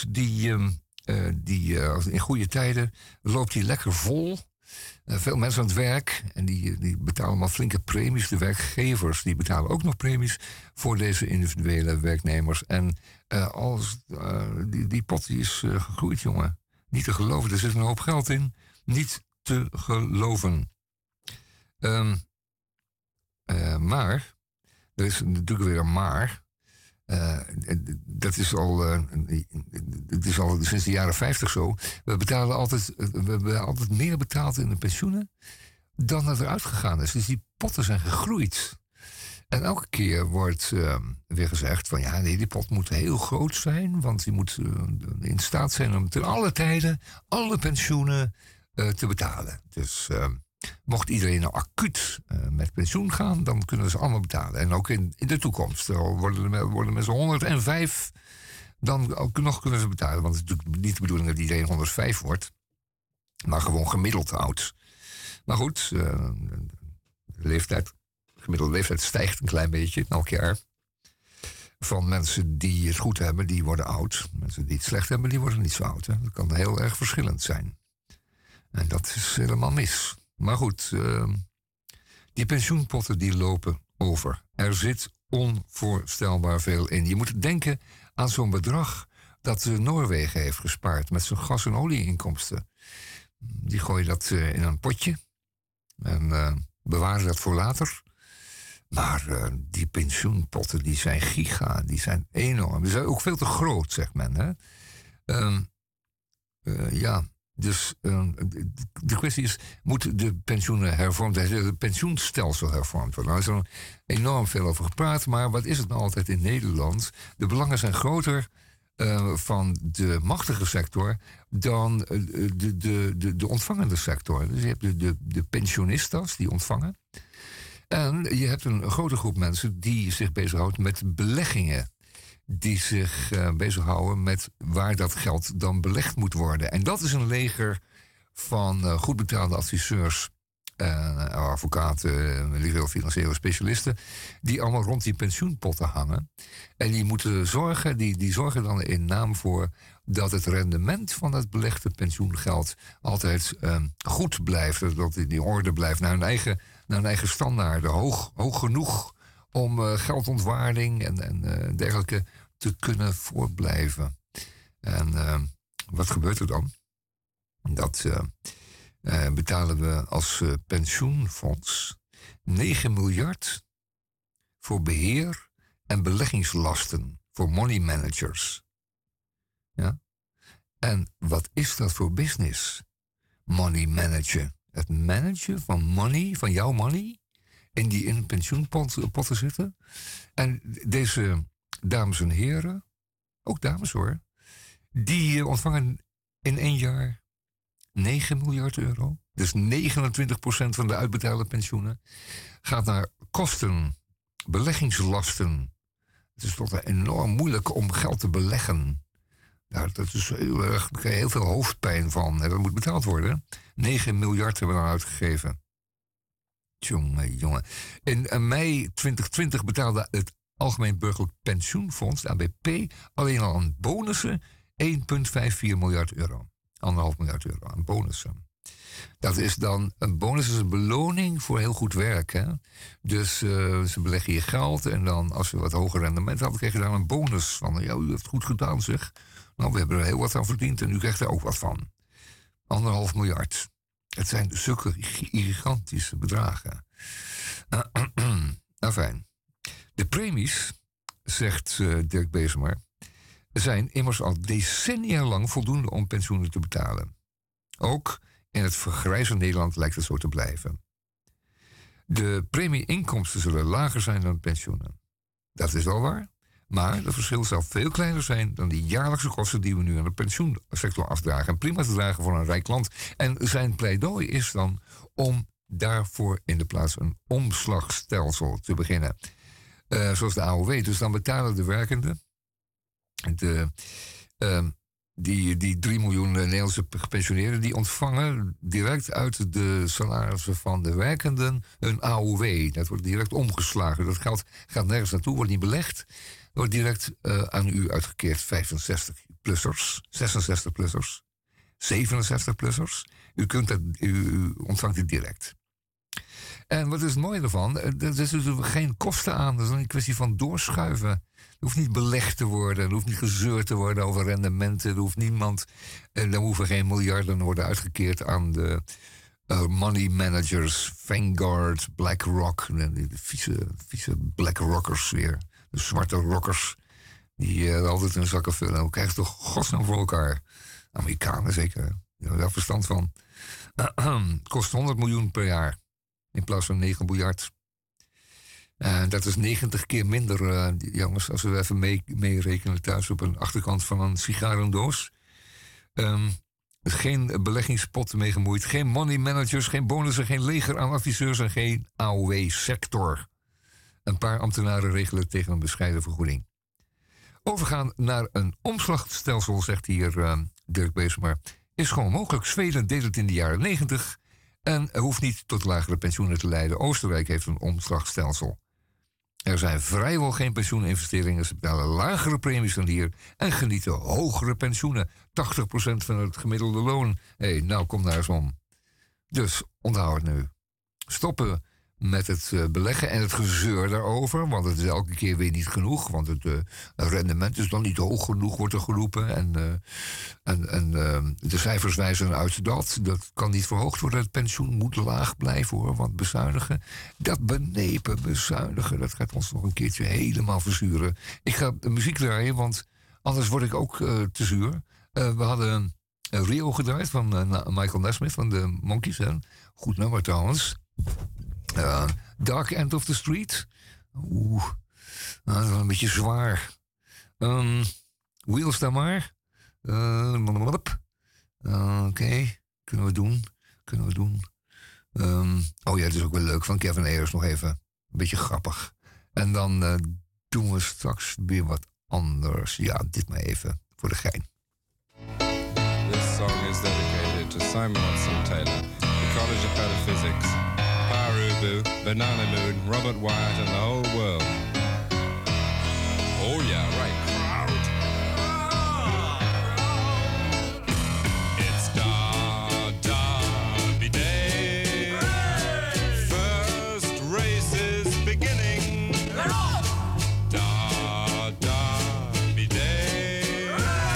in goede tijden loopt die lekker vol. Veel mensen aan het werk en die betalen allemaal flinke premies. De werkgevers die betalen ook nog premies voor deze individuele werknemers. En die pot die is gegroeid, jongen. Niet te geloven, er zit een hoop geld in. Niet te geloven. Maar, er is natuurlijk weer een maar. Dat is al sinds de jaren 50 zo. We hebben altijd meer betaald in de pensioenen dan dat eruit gegaan is. Dus die potten zijn gegroeid. En elke keer wordt weer gezegd van ja, nee, die pot moet heel groot zijn, want die moet in staat zijn om ten alle tijden alle pensioenen te betalen. Dus mocht iedereen nou acuut met pensioen gaan, dan kunnen ze allemaal betalen. En ook in de toekomst. Worden mensen 105, dan ook nog kunnen ze betalen. Want het is natuurlijk niet de bedoeling dat iedereen 105 wordt, maar gewoon gemiddeld oud. Maar goed, de gemiddelde leeftijd stijgt een klein beetje elk jaar. Van mensen die het goed hebben, die worden oud. Mensen die het slecht hebben, die worden niet zo oud. Hè. Dat kan heel erg verschillend zijn. En dat is helemaal mis. Maar goed, die pensioenpotten die lopen over. Er zit onvoorstelbaar veel in. Je moet denken aan zo'n bedrag dat Noorwegen heeft gespaard met zijn gas- en olieinkomsten. Die gooien dat in een potje en bewaren dat voor later. Maar die pensioenpotten die zijn giga, die zijn enorm. Die zijn ook veel te groot, zegt men. Hè? Ja. Dus de kwestie is, moet de pensioenen hervormd worden, het pensioenstelsel hervormd worden? Nou, er is er enorm veel over gepraat, maar wat is het nou altijd in Nederland? De belangen zijn groter van de machtige sector dan de ontvangende sector. Dus je hebt de pensionistas die ontvangen. En je hebt een grote groep mensen die zich bezighoudt met beleggingen. Die zich bezighouden met waar dat geld dan belegd moet worden. En dat is een leger van goed betaalde adviseurs, advocaten, financiële specialisten, die allemaal rond die pensioenpotten hangen. En die moeten zorgen, die zorgen dan in naam voor dat het rendement van het belegde pensioengeld altijd goed blijft. Dat het in die orde blijft, naar hun eigen standaarden, hoog genoeg om geldontwaarding en dergelijke te kunnen voortblijven. En wat gebeurt er dan? Dat betalen we als pensioenfonds 9 miljard voor beheer en beleggingslasten voor money managers. Ja? En wat is dat voor business? Money manager. Het managen van money, van jouw money, die in pensioenpotten zitten. En deze dames en heren, ook dames hoor, die ontvangen in 1 jaar 9 miljard euro. Dus 29% van de uitbetaalde pensioenen gaat naar kosten, beleggingslasten. Het is toch enorm moeilijk om geld te beleggen. Nou, dat is heel erg, daar krijg je heel veel hoofdpijn van. En dat moet betaald worden. 9 miljard hebben we dan uitgegeven. Jongen. In mei 2020 betaalde het Algemeen Burgerlijk Pensioenfonds, de ABP, alleen al aan bonussen 1,54 miljard euro. 1,5 miljard euro aan bonussen. Dat is dan een bonus, is een beloning voor heel goed werk. Hè? Dus ze beleggen je geld en dan als je wat hoger rendement had, krijg je daar een bonus van. Ja, u heeft goed gedaan zeg. Nou, we hebben er heel wat aan verdiend en u krijgt er ook wat van. 1,5 miljard. Het zijn zulke gigantische bedragen. Fijn. De premies, zegt Dirk Bezemer, zijn immers al decennia lang voldoende om pensioenen te betalen. Ook in het vergrijzende Nederland lijkt het zo te blijven. De premieinkomsten zullen lager zijn dan pensioenen. Dat is wel waar. Maar dat verschil zal veel kleiner zijn dan die jaarlijkse kosten die we nu aan de pensioensector afdragen. En prima te dragen voor een rijk land. En zijn pleidooi is dan om daarvoor in de plaats een omslagstelsel te beginnen. Zoals de AOW. Dus dan betalen de werkenden die 3 miljoen Nederlandse gepensioneerden, die ontvangen direct uit de salarissen van de werkenden een AOW. Dat wordt direct omgeslagen. Dat geld gaat nergens naartoe, wordt niet belegd. Wordt direct aan u uitgekeerd. 65-plussers, 66-plussers, 67-plussers. U ontvangt het direct. En wat is het mooie ervan? Er is dus geen kosten aan. Dat is een kwestie van doorschuiven. Er hoeft niet belegd te worden. Er hoeft niet gezeurd te worden over rendementen. Er hoeft niemand. Er hoeven geen miljarden worden uitgekeerd aan de money managers. Vanguard, BlackRock. De vieze BlackRockers weer. De zwarte rockers. Die altijd hun zakken vullen. Hoe krijgen ze toch godsnaam voor elkaar? Amerikanen zeker. Daar hebben wel verstand van. Het kost 100 miljoen per jaar. In plaats van 9 miljard. Dat is 90 keer minder, jongens, als we even meerekenen thuis op een achterkant van een sigarendoos. Geen beleggingspot mee gemoeid. Geen money managers, geen bonussen, geen leger aan adviseurs en geen AOW-sector. Een paar ambtenaren regelen tegen een bescheiden vergoeding. Overgaan naar een omslagstelsel, zegt hier Dirk Beesma, is gewoon mogelijk. Zweden deed het in de jaren 90 en hoeft niet tot lagere pensioenen te leiden. Oostenrijk heeft een omslagstelsel. Er zijn vrijwel geen pensioeninvesteringen. Ze betalen lagere premies dan hier en genieten hogere pensioenen. 80% van het gemiddelde loon. Nou, kom daar eens om. Dus onthoud het nu. Stoppen met het beleggen en het gezeur daarover. Want het is elke keer weer niet genoeg. Want het rendement is dan niet hoog genoeg, wordt er geroepen. En de cijfers wijzen uit dat. Dat kan niet verhoogd worden. Het pensioen moet laag blijven, hoor. Want bezuinigen, dat benepen bezuinigen, dat gaat ons nog een keertje helemaal verzuren. Ik ga de muziek draaien, want anders word ik ook te zuur. We hadden Rio gedraaid van Michael Nesmith van de Monkees. Goed nummer trouwens. Dark End of the Street. Dat is wel een beetje zwaar. Wheels dan maar. Oké. Kunnen we doen. Oh ja, het is ook wel leuk van Kevin Ayers nog even. Een beetje grappig. En dan doen we straks weer wat anders. Ja, dit maar even voor de gein. This song is dedicated to Simon Hudson Taylor, the College of Petaphysics, Parubu, Banana Moon, Robert Wyatt, and the whole world. Oh yeah, right, crowd. It's Derby Day. First race is beginning. Derby Day.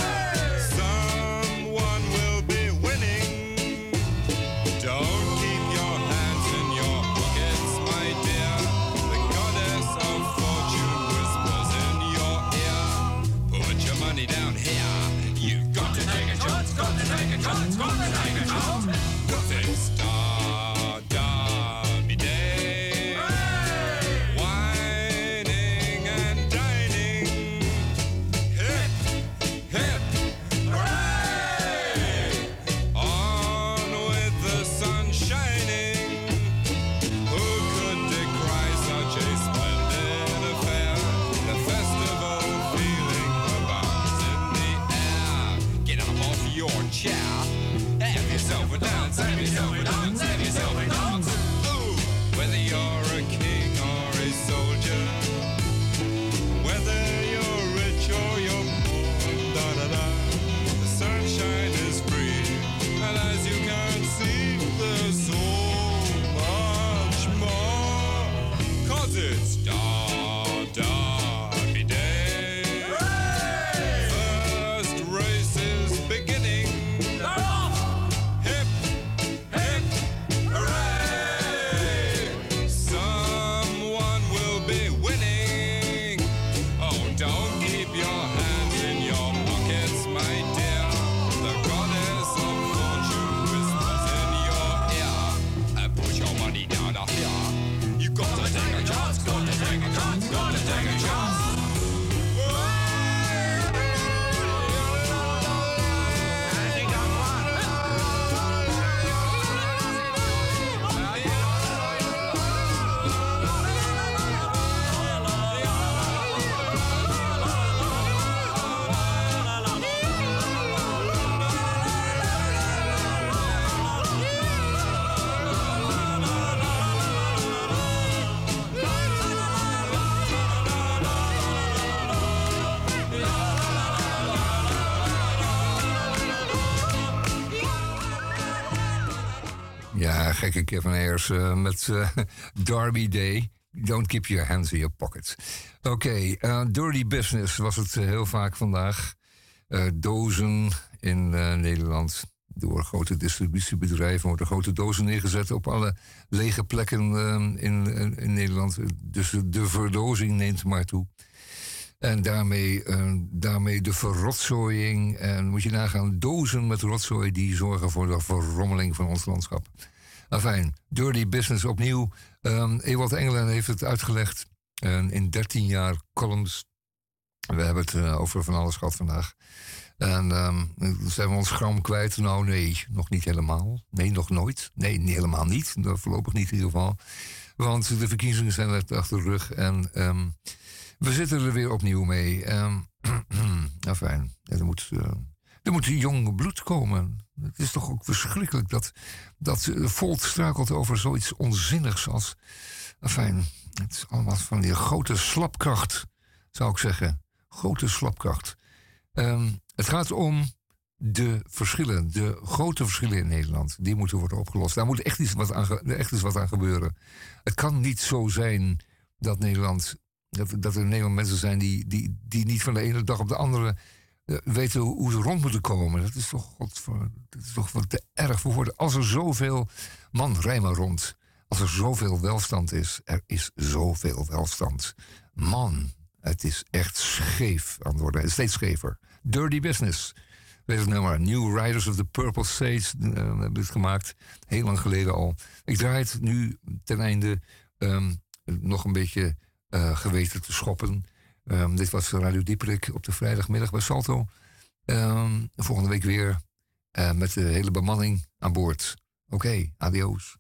Someone will be winning. Don't keep your hands in your pockets, my dear. The goddess of fortune whispers in your ear. Ja, gekke Kevin Ayers met Derby Day. Don't keep your hands in your pockets. Oké, dirty business was het heel vaak vandaag. Dozen in Nederland. Door grote distributiebedrijven worden grote dozen neergezet op alle lege plekken in Nederland. Dus de verdozing neemt maar toe. En daarmee de verrotzooiing. En moet je nagaan, dozen met rotzooi die zorgen voor de verrommeling van ons landschap. Afijn, dirty business opnieuw. Ewald Engelen heeft het uitgelegd in 13 jaar columns. We hebben het over van alles gehad vandaag. En zijn we ons gram kwijt? Nou, nee, nog niet helemaal. Nee, nog nooit. Nee, helemaal niet. Voorlopig niet in ieder geval. Want de verkiezingen zijn net achter de rug. En we zitten er weer opnieuw mee. Fijn. Er moet jong bloed komen. Het is toch ook verschrikkelijk dat volk struikelt over zoiets onzinnigs als... Fijn. Het is allemaal van die grote slapkracht, zou ik zeggen. Grote slapkracht. Het gaat om de verschillen, de grote verschillen in Nederland. Die moeten worden opgelost. Daar moet echt iets wat aan gebeuren. Het kan niet zo zijn dat er in Nederland mensen zijn die niet van de ene dag op de andere weten hoe ze rond moeten komen. Dat is toch wat te erg voor woorden. Als er zoveel... Man, rij maar rond. Als er zoveel welstand is, er is zoveel welstand. Man, het is echt scheef aan het worden. Steeds schever. Dirty business. Weet het nou maar. New Riders of the Purple Sage hebben dit gemaakt. Heel lang geleden al. Ik draai het nu ten einde nog een beetje geweten te schoppen. Dit was Radio Dieperik op de vrijdagmiddag bij Salto. Volgende week weer met de hele bemanning aan boord. Oké, adios.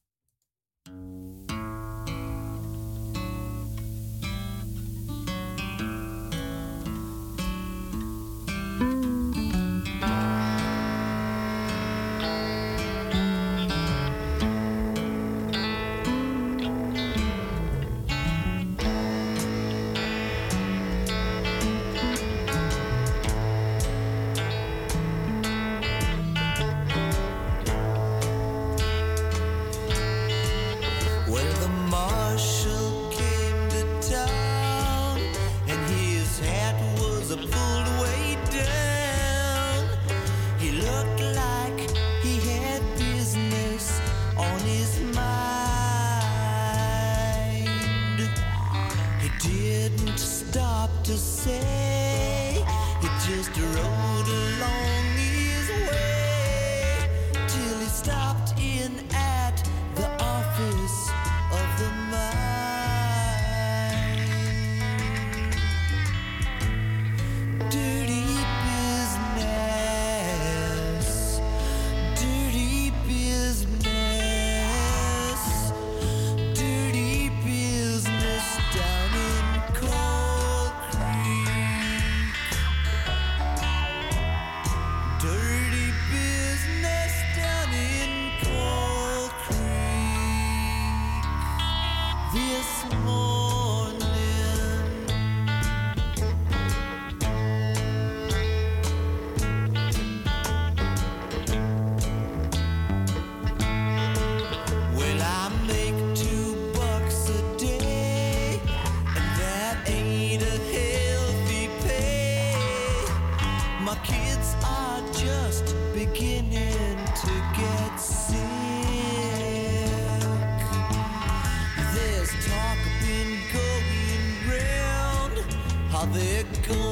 They're going